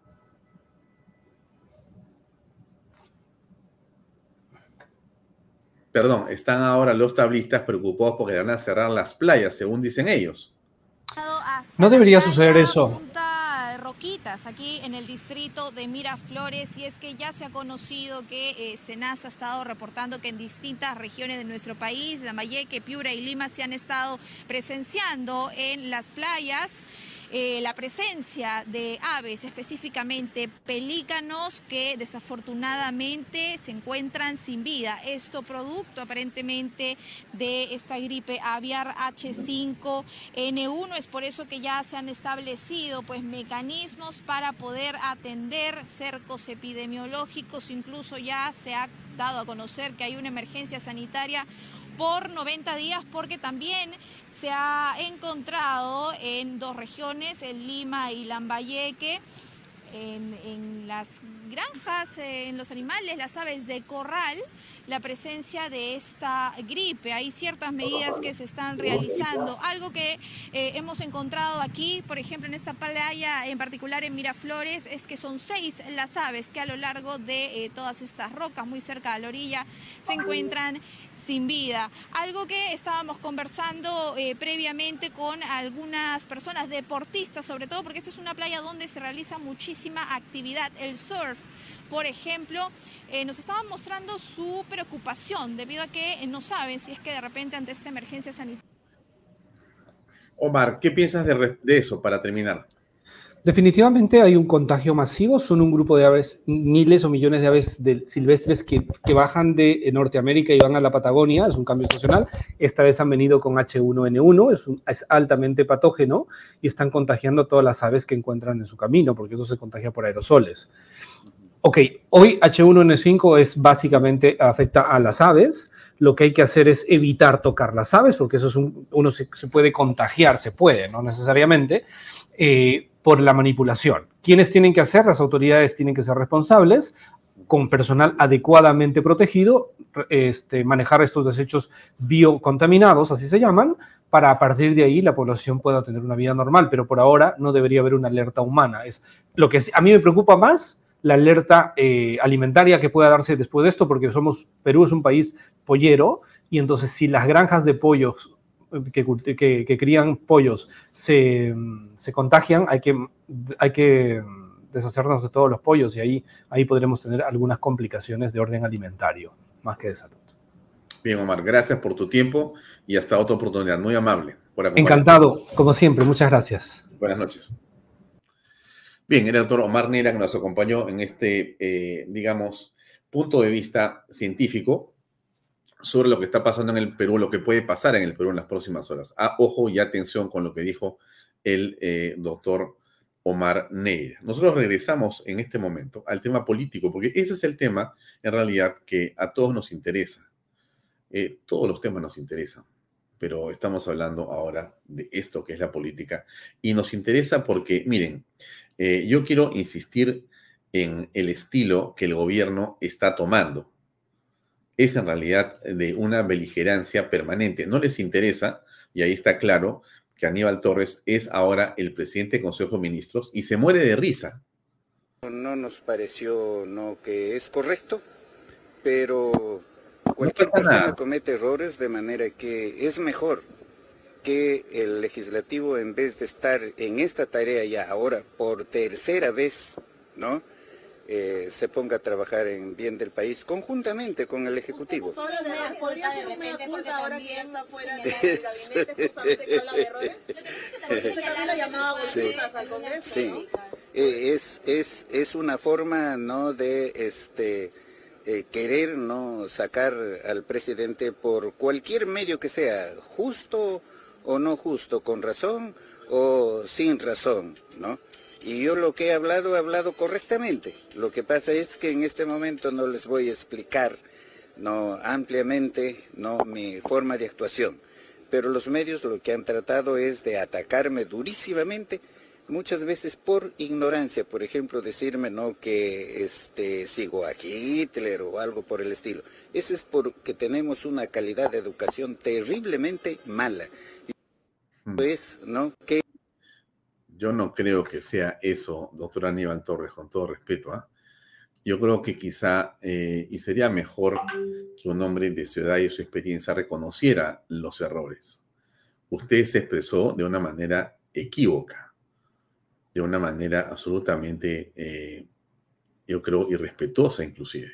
Speaker 1: Perdón, están ahora los tablistas preocupados porque van a cerrar las playas, según dicen ellos.
Speaker 18: No debería suceder eso.
Speaker 21: Roquitas, aquí en el distrito de Miraflores, y es que ya se ha conocido que SENASA ha estado reportando que en distintas regiones de nuestro país, Lambayeque, Piura y Lima, se han estado presenciando en las playas la presencia de aves, específicamente pelícanos, que desafortunadamente se encuentran sin vida. Esto producto aparentemente de esta gripe aviar H5N1. Es por eso que ya se han establecido pues mecanismos para poder atender cercos epidemiológicos. Incluso ya se ha dado a conocer que hay una emergencia sanitaria por 90 días, porque también se ha encontrado en 2 regiones, en Lima y Lambayeque, en las granjas, en los animales, las aves de corral, la presencia de esta gripe. Hay ciertas medidas que se están realizando. Algo que hemos encontrado aquí, por ejemplo, en esta playa, en particular en Miraflores, es que son 6 las aves que a lo largo de todas estas rocas, muy cerca de la orilla, se encuentran sin vida. Algo que estábamos conversando previamente con algunas personas, deportistas sobre todo, porque esta es una playa donde se realiza muchísima actividad, el surf, por ejemplo. Nos estaban mostrando su preocupación debido a que no saben si es que de repente ante esta emergencia sanitaria.
Speaker 1: Omar, ¿qué piensas de eso para terminar?
Speaker 18: Definitivamente hay un contagio masivo, son un grupo de aves, miles o millones de aves silvestres que bajan de Norteamérica y van a la Patagonia, es un cambio estacional. Esta vez han venido con H1N1, es altamente patógeno y están contagiando a todas las aves que encuentran en su camino, porque eso se contagia por aerosoles. Ok, hoy H1N5 es básicamente, afecta a las aves. Lo que hay que hacer es evitar tocar las aves, porque eso es uno se puede contagiar, se puede, no necesariamente, por la manipulación. ¿Quiénes tienen que hacer? Las autoridades tienen que ser responsables, con personal adecuadamente protegido, manejar estos desechos biocontaminados, así se llaman, para a partir de ahí la población pueda tener una vida normal, pero por ahora no debería haber una alerta humana. Es lo que a mí me preocupa más, la alerta alimentaria que pueda darse después de esto, porque Perú es un país pollero, y entonces si las granjas de pollos que crían pollos se contagian, hay que deshacernos de todos los pollos, y ahí podremos tener algunas complicaciones de orden alimentario, más que de salud.
Speaker 1: Bien, Omar, gracias por tu tiempo y hasta otra oportunidad. Muy amable por acompañarnos.
Speaker 18: Encantado, como siempre. Muchas gracias.
Speaker 1: Buenas noches. Bien, el doctor Omar Neira, que nos acompañó en este, digamos, punto de vista científico sobre lo que está pasando en el Perú, lo que puede pasar en el Perú en las próximas horas. Ojo y atención con lo que dijo el doctor Omar Neira. Nosotros regresamos en este momento al tema político, porque ese es el tema, en realidad, que a todos nos interesa. Todos los temas nos interesan, pero estamos hablando ahora de esto que es la política, y nos interesa porque, miren, yo quiero insistir en el estilo que el gobierno está tomando. Es en realidad de una beligerancia permanente. No les interesa, y ahí está claro, que Aníbal Torres es ahora el presidente del Consejo de Ministros y se muere de risa.
Speaker 4: No nos pareció que es correcto, pero cualquier persona comete errores, de manera que es mejor que el legislativo, en vez de estar en esta tarea ya ahora por tercera vez, ¿no?, se ponga a trabajar en bien del país conjuntamente con el Ejecutivo.
Speaker 5: ¿Podría ser un mea culpa ahora que ya está fuera del gabinete, justamente que habla de errores?
Speaker 4: Sí, es una forma, ¿no?, de querer, ¿no?, sacar al presidente por cualquier medio que sea, justo o no justo, con razón o sin razón, ¿no? Y yo lo que he hablado correctamente. Lo que pasa es que en este momento no les voy a explicar, ¿no?, ampliamente, ¿no?, mi forma de actuación. Pero los medios lo que han tratado es de atacarme durísimamente, muchas veces por ignorancia. Por ejemplo, decirme, ¿no?, que sigo a Hitler o algo por el estilo. Eso es porque tenemos una calidad de educación terriblemente mala. Pues, ¿no?, que
Speaker 1: yo no creo que sea eso, doctor Aníbal Torres, con todo respeto. Yo creo que quizá, y sería mejor que un hombre de su edad y su experiencia reconociera los errores. Usted se expresó de una manera equívoca. de una manera absolutamente, yo creo, irrespetuosa inclusive.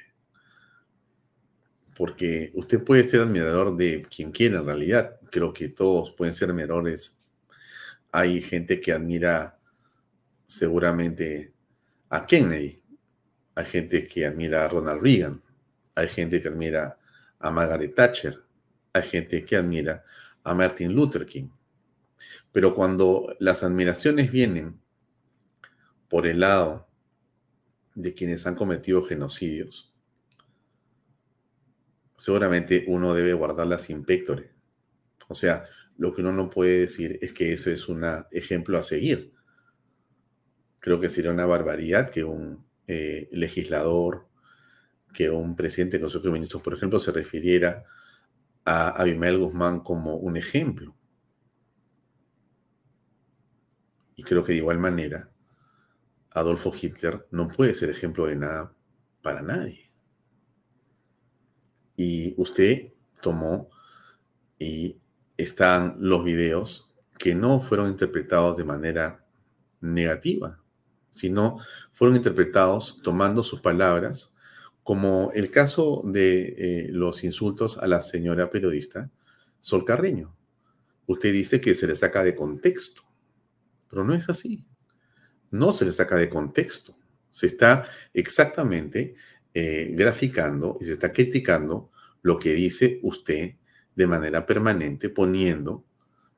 Speaker 1: Porque usted puede ser admirador de quien quiera en realidad. Creo que todos pueden ser admiradores. Hay gente que admira seguramente a Kennedy. Hay gente que admira a Ronald Reagan. Hay gente que admira a Margaret Thatcher. Hay gente que admira a Martin Luther King. Pero cuando las admiraciones vienen por el lado de quienes han cometido genocidios, seguramente uno debe guardarlas in pectore. O sea, lo que uno no puede decir es que eso es un ejemplo a seguir. Creo que sería una barbaridad que un legislador, que un presidente del Consejo de Ministros, por ejemplo, se refiriera a Abimael Guzmán como un ejemplo. Y creo que de igual manera, Adolfo Hitler no puede ser ejemplo de nada para nadie. Y usted tomó y están los videos que no fueron interpretados de manera negativa, sino fueron interpretados tomando sus palabras, como el caso de los insultos a la señora periodista Sol Carreño. Usted dice que se le saca de contexto, pero no es así. No se le saca de contexto. Se está exactamente graficando y se está criticando lo que dice usted de manera permanente, poniendo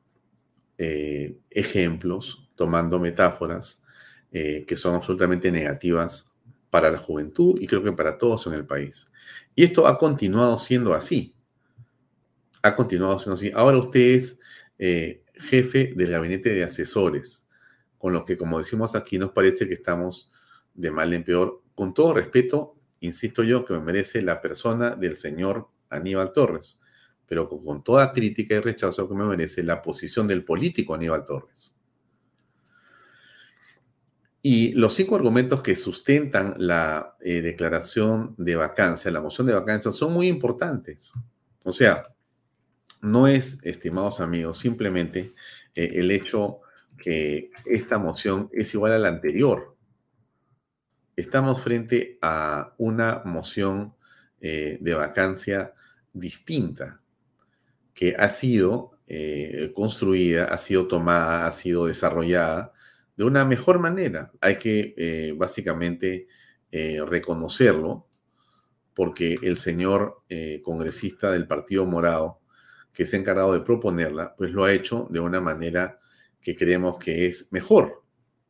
Speaker 1: ejemplos, tomando metáforas que son absolutamente negativas para la juventud y creo que para todos en el país. Y esto ha continuado siendo así. Ha continuado siendo así. Ahora usted es jefe del gabinete de asesores, con lo que, como decimos aquí, nos parece que estamos de mal en peor. Con todo respeto, insisto yo, que me merece la persona del señor Aníbal Torres, pero con toda crítica y rechazo que me merece la posición del político Aníbal Torres. Y los 5 argumentos que sustentan la declaración de vacancia, la moción de vacancia, son muy importantes. O sea, no es, estimados amigos, simplemente el hecho que esta moción es igual a la anterior. Estamos frente a una moción de vacancia distinta, que ha sido construida, ha sido tomada, ha sido desarrollada de una mejor manera. Hay que básicamente reconocerlo, porque el señor congresista del Partido Morado, que se ha encargado de proponerla, pues lo ha hecho de una manera que creemos que es mejor.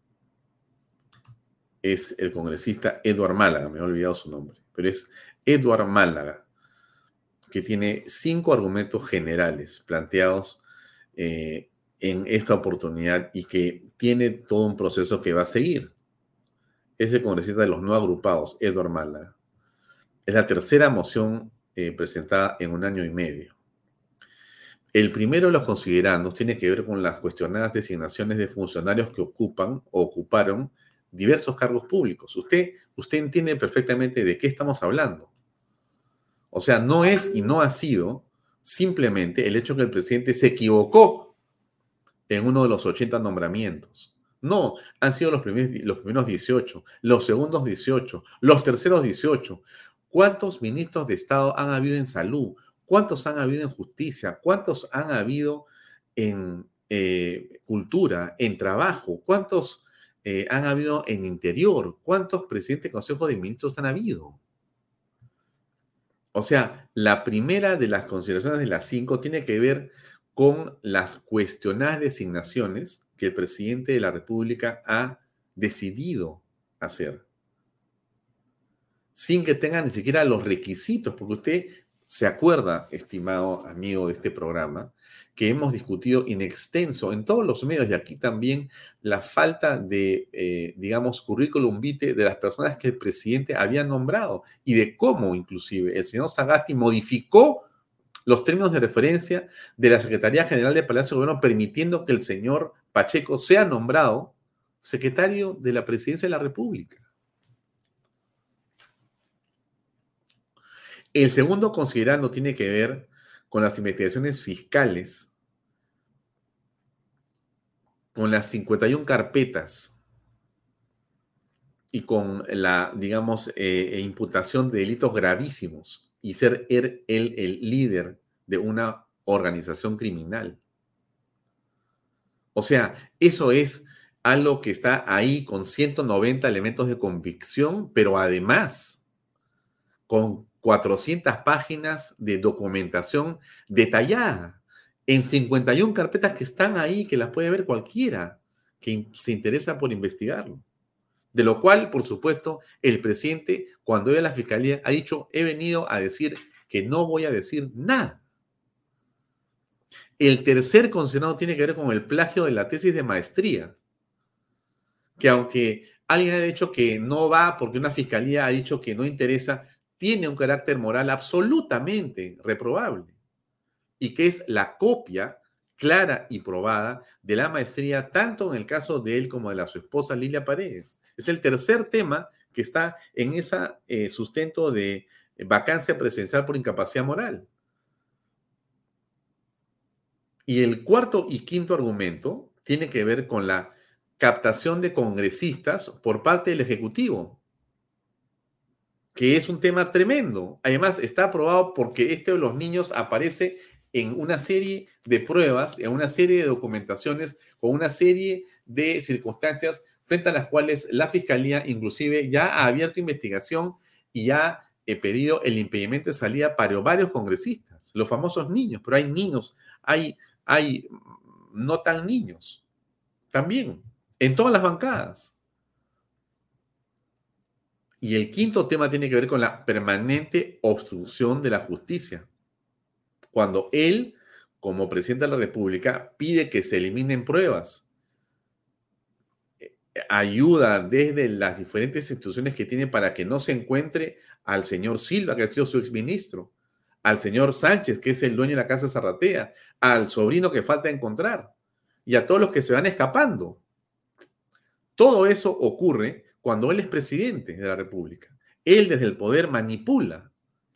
Speaker 1: Es el congresista Eduard Málaga, me he olvidado su nombre, pero es Eduard Málaga, que tiene 5 argumentos generales planteados en esta oportunidad y que tiene todo un proceso que va a seguir. Es el congresista de los no agrupados, Eduard Málaga. Es la tercera moción presentada en 1 año y medio. El primero de los considerandos tiene que ver con las cuestionadas designaciones de funcionarios que ocupan o ocuparon diversos cargos públicos. Usted entiende perfectamente de qué estamos hablando. O sea, no es y no ha sido simplemente el hecho que el presidente se equivocó en uno de los 80 nombramientos. No, han sido los primeros 18, los segundos 18, los terceros 18. ¿Cuántos ministros de Estado han habido en salud? ¿Cuántos han habido en justicia? ¿Cuántos han habido en cultura, en trabajo? ¿Cuántos han habido en interior? ¿Cuántos presidentes de Consejo de Ministros han habido? O sea, la primera de las consideraciones de las 5 tiene que ver con las cuestionadas designaciones que el presidente de la República ha decidido hacer, sin que tenga ni siquiera los requisitos, porque usted se acuerda, estimado amigo de este programa, que hemos discutido in extenso en todos los medios y aquí también la falta de, digamos, currículum vitae de las personas que el presidente había nombrado y de cómo inclusive el señor Sagasti modificó los términos de referencia de la Secretaría General de Palacio de Gobierno, permitiendo que el señor Pacheco sea nombrado secretario de la Presidencia de la República. El segundo considerando tiene que ver con las investigaciones fiscales, con las 51 carpetas y con la, digamos, imputación de delitos gravísimos y ser él el líder de una organización criminal. O sea, eso es algo que está ahí con 190 elementos de convicción, pero además con 400 páginas de documentación detallada en 51 carpetas que están ahí, que las puede ver cualquiera que se interesa por investigarlo. De lo cual, por supuesto, el presidente, cuando iba a la fiscalía, ha dicho: he venido a decir que no voy a decir nada. El tercer condicionado tiene que ver con el plagio de la tesis de maestría, que aunque alguien ha dicho que no va porque una fiscalía ha dicho que no interesa, tiene un carácter moral absolutamente reprobable, y que es la copia clara y probada de la maestría, tanto en el caso de él como de su esposa Lilia Paredes. Es el tercer tema que está en ese sustento de vacancia presidencial por incapacidad moral. Y el cuarto y quinto argumento tiene que ver con la captación de congresistas por parte del Ejecutivo, que es un tema tremendo. Además, está aprobado porque de los niños aparece en una serie de pruebas, en una serie de documentaciones, con una serie de circunstancias frente a las cuales la Fiscalía inclusive ya ha abierto investigación y ya ha pedido el impedimento de salida para varios congresistas, los famosos niños, pero hay niños, hay no tan niños, también, en todas las bancadas. Y el quinto tema tiene que ver con la permanente obstrucción de la justicia. Cuando él, como presidente de la República, pide que se eliminen pruebas, ayuda desde las diferentes instituciones que tiene para que no se encuentre al señor Silva, que ha sido su exministro, al señor Sánchez, que es el dueño de la Casa Zarratea, al sobrino que falta encontrar, y a todos los que se van escapando. Todo eso ocurre cuando él es presidente de la República. Él desde el poder manipula.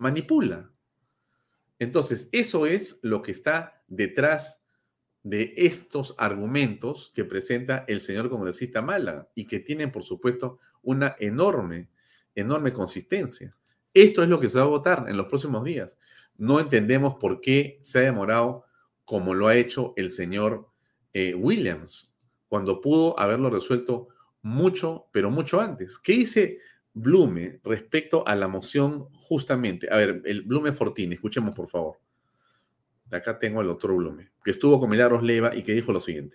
Speaker 1: Entonces, eso es lo que está detrás de estos argumentos que presenta el señor congresista Málaga y que tienen, por supuesto, una enorme consistencia. Esto es lo que se va a votar en los próximos días. No entendemos por qué se ha demorado como lo ha hecho el señor Williams, cuando pudo haberlo resuelto mucho, pero mucho antes. ¿Qué dice Blume respecto a la moción justamente? A ver, el Blume Fortini, escuchemos por favor. Acá tengo al doctor Blume, que estuvo con Milagros Leiva y que dijo lo siguiente.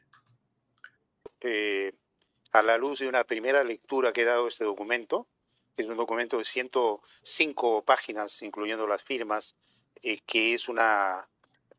Speaker 2: A la luz de una primera lectura que he dado este documento, que es un documento de 105 páginas, incluyendo las firmas, que es una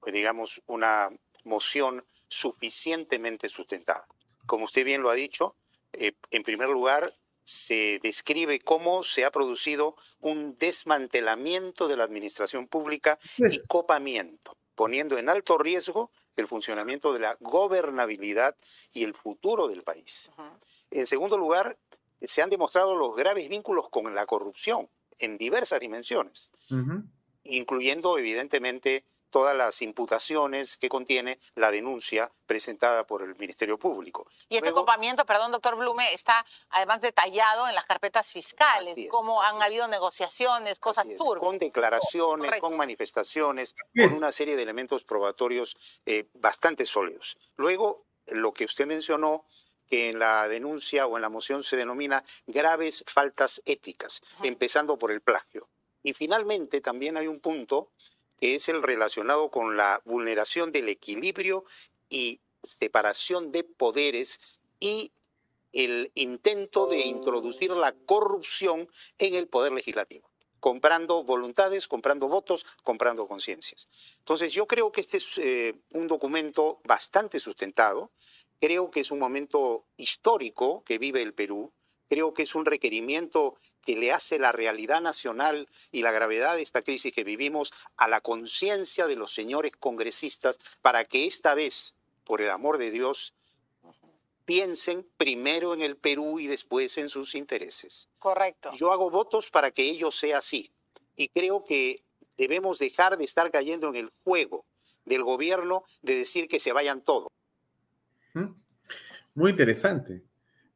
Speaker 2: moción suficientemente sustentada. Como usted bien lo ha dicho, en primer lugar, se describe cómo se ha producido un desmantelamiento de la administración pública y copamiento, poniendo en alto riesgo el funcionamiento de la gobernabilidad y el futuro del país. En segundo lugar, se han demostrado los graves vínculos con la corrupción en diversas dimensiones, incluyendo evidentemente todas las imputaciones que contiene la denuncia presentada por el Ministerio Público.
Speaker 22: Y este copamiento, perdón, doctor Blume, está además detallado en las carpetas fiscales, cómo han habido negociaciones, cosas turbias.
Speaker 2: Con declaraciones, con manifestaciones, con una serie de elementos probatorios bastante sólidos. Luego, lo que usted mencionó, que en la denuncia o en la moción se denomina graves faltas éticas, empezando por el plagio. Y finalmente también hay un punto que es el relacionado con la vulneración del equilibrio y separación de poderes y el intento de introducir la corrupción en el poder legislativo, comprando voluntades, comprando votos, comprando conciencias. Entonces yo creo que este es un documento bastante sustentado, creo que es un momento histórico que vive el Perú. Creo que es un requerimiento que le hace la realidad nacional y la gravedad de esta crisis que vivimos a la conciencia de los señores congresistas para que esta vez, por el amor de Dios, piensen primero en el Perú y después en sus intereses.
Speaker 22: Correcto.
Speaker 2: Yo hago votos para que ello sea así y creo que debemos dejar de estar cayendo en el juego del gobierno de decir que se vayan todos.
Speaker 1: Muy interesante.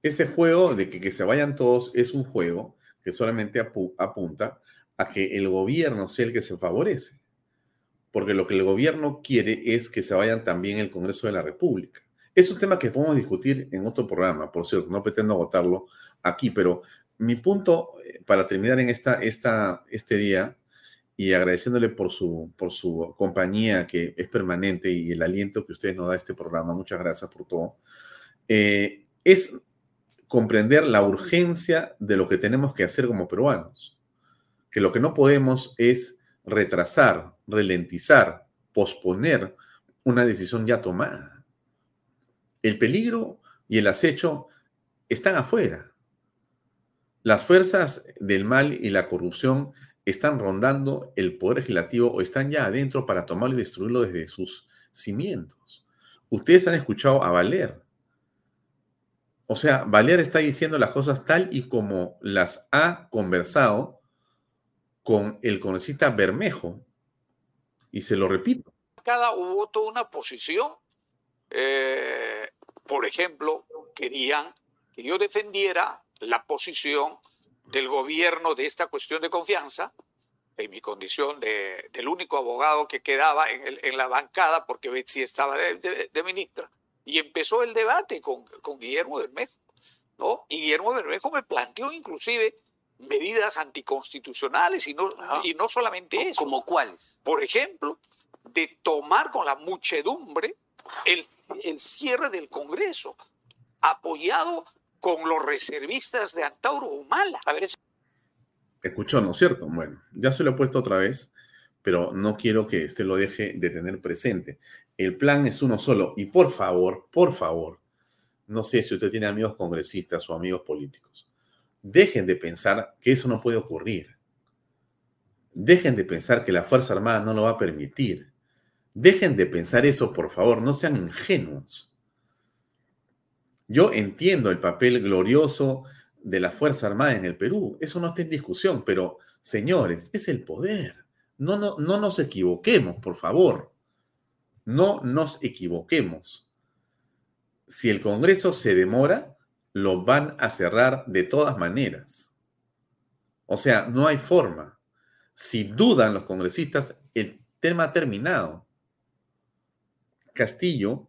Speaker 1: Ese juego de que se vayan todos es un juego que solamente apunta a que el gobierno sea el que se favorece. Porque lo que el gobierno quiere es que se vayan también el Congreso de la República. Es un tema que podemos discutir en otro programa, por cierto, no pretendo agotarlo aquí, pero mi punto para terminar en este día, y agradeciéndole por su compañía que es permanente y el aliento que ustedes nos da a este programa, muchas gracias por todo, es comprender la urgencia de lo que tenemos que hacer como peruanos, que lo que no podemos es retrasar, ralentizar, posponer una decisión ya tomada. El peligro y el acecho están afuera. Las fuerzas del mal y la corrupción están rondando el poder legislativo o están ya adentro para tomarlo y destruirlo desde sus cimientos. Ustedes han escuchado a Valer. O sea, Valer está diciendo las cosas tal y como las ha conversado con el congresista Bermejo. Y se lo repito.
Speaker 15: Hubo toda una posición. Por ejemplo, querían que yo defendiera la posición del gobierno de esta cuestión de confianza, en mi condición del único abogado que quedaba en la bancada, porque Betsy estaba de ministra. Y empezó el debate con Guillermo Bermejo, ¿no? Y Guillermo Bermejo me planteó inclusive medidas anticonstitucionales y no solamente eso.
Speaker 14: ¿Como cuáles?
Speaker 15: Por ejemplo, de tomar con la muchedumbre el cierre del Congreso, apoyado con los reservistas de Antauro Humala. A ver,
Speaker 1: escuchó, ¿no es cierto? Bueno, ya se lo he puesto otra vez, pero no quiero que usted lo deje de tener presente. El plan es uno solo y por favor, no sé si usted tiene amigos congresistas o amigos políticos, dejen de pensar que eso no puede ocurrir. Dejen de pensar que la Fuerza Armada no lo va a permitir. Dejen de pensar eso, por favor, no sean ingenuos. Yo entiendo el papel glorioso de la Fuerza Armada en el Perú, eso no está en discusión, pero señores, es el poder. No nos equivoquemos, por favor. No nos equivoquemos. Si el Congreso se demora, lo van a cerrar de todas maneras. O sea, no hay forma. Si dudan los congresistas, el tema ha terminado. Castillo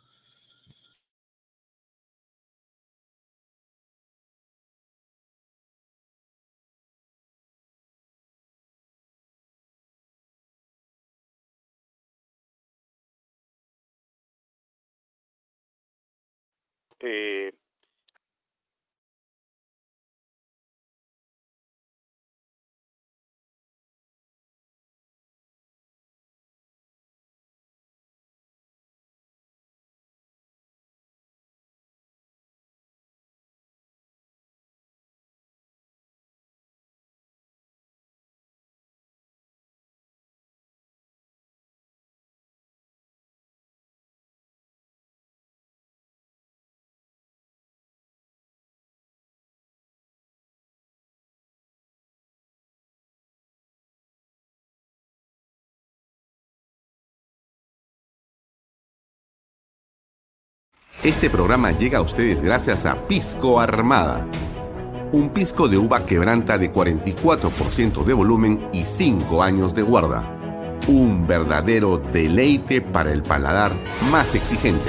Speaker 3: Este programa llega a ustedes gracias a Pisco Armada. Un pisco de uva quebranta de 44% de volumen y 5 años de guarda. Un verdadero deleite para el paladar más exigente.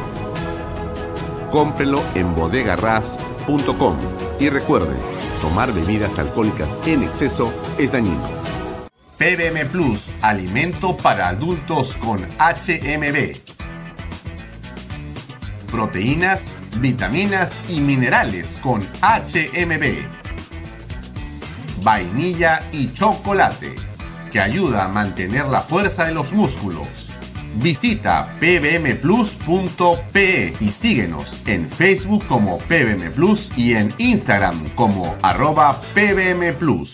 Speaker 3: Cómprelo en bodegarras.com y recuerde, tomar bebidas alcohólicas en exceso es dañino. PBM Plus, alimento para adultos con HMB. Proteínas, vitaminas y minerales con HMB. Vainilla y chocolate, que ayuda a mantener la fuerza de los músculos. Visita pbmplus.pe y síguenos en Facebook como PBM Plus y en Instagram como @pbmplus.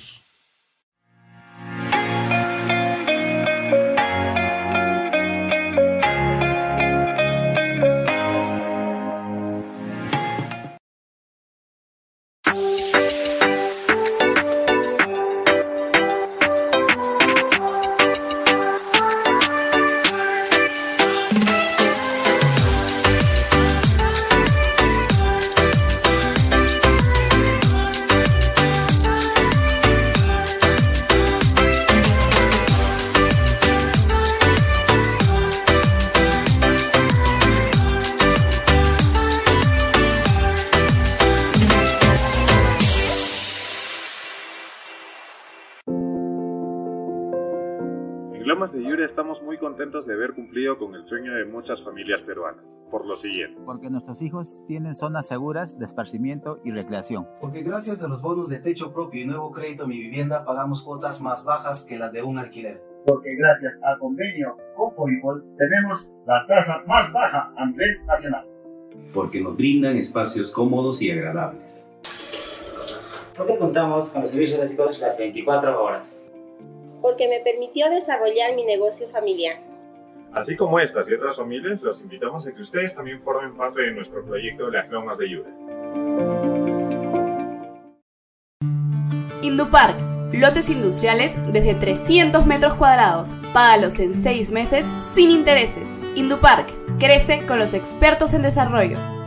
Speaker 6: Lomas de Yura estamos muy contentos de haber cumplido con el sueño de muchas familias peruanas, por lo siguiente.
Speaker 7: Porque nuestros hijos tienen zonas seguras de esparcimiento y recreación.
Speaker 23: Porque gracias a los bonos de techo propio y nuevo crédito Mi Vivienda pagamos cuotas más bajas que las de un alquiler.
Speaker 24: Porque gracias al convenio con Fovipol tenemos la tasa más baja a nivel nacional.
Speaker 25: Porque nos brindan espacios cómodos y agradables.
Speaker 26: Porque contamos con los servicios básicos las 24 horas.
Speaker 27: Porque me permitió desarrollar mi negocio familiar.
Speaker 6: Así como estas y otras familias, los invitamos a que ustedes también formen parte de nuestro proyecto Las Lomas de Yura.
Speaker 28: Indupark, lotes industriales desde 300 metros cuadrados. Págalos en 6 meses sin intereses. Indupark, crece con los expertos en desarrollo.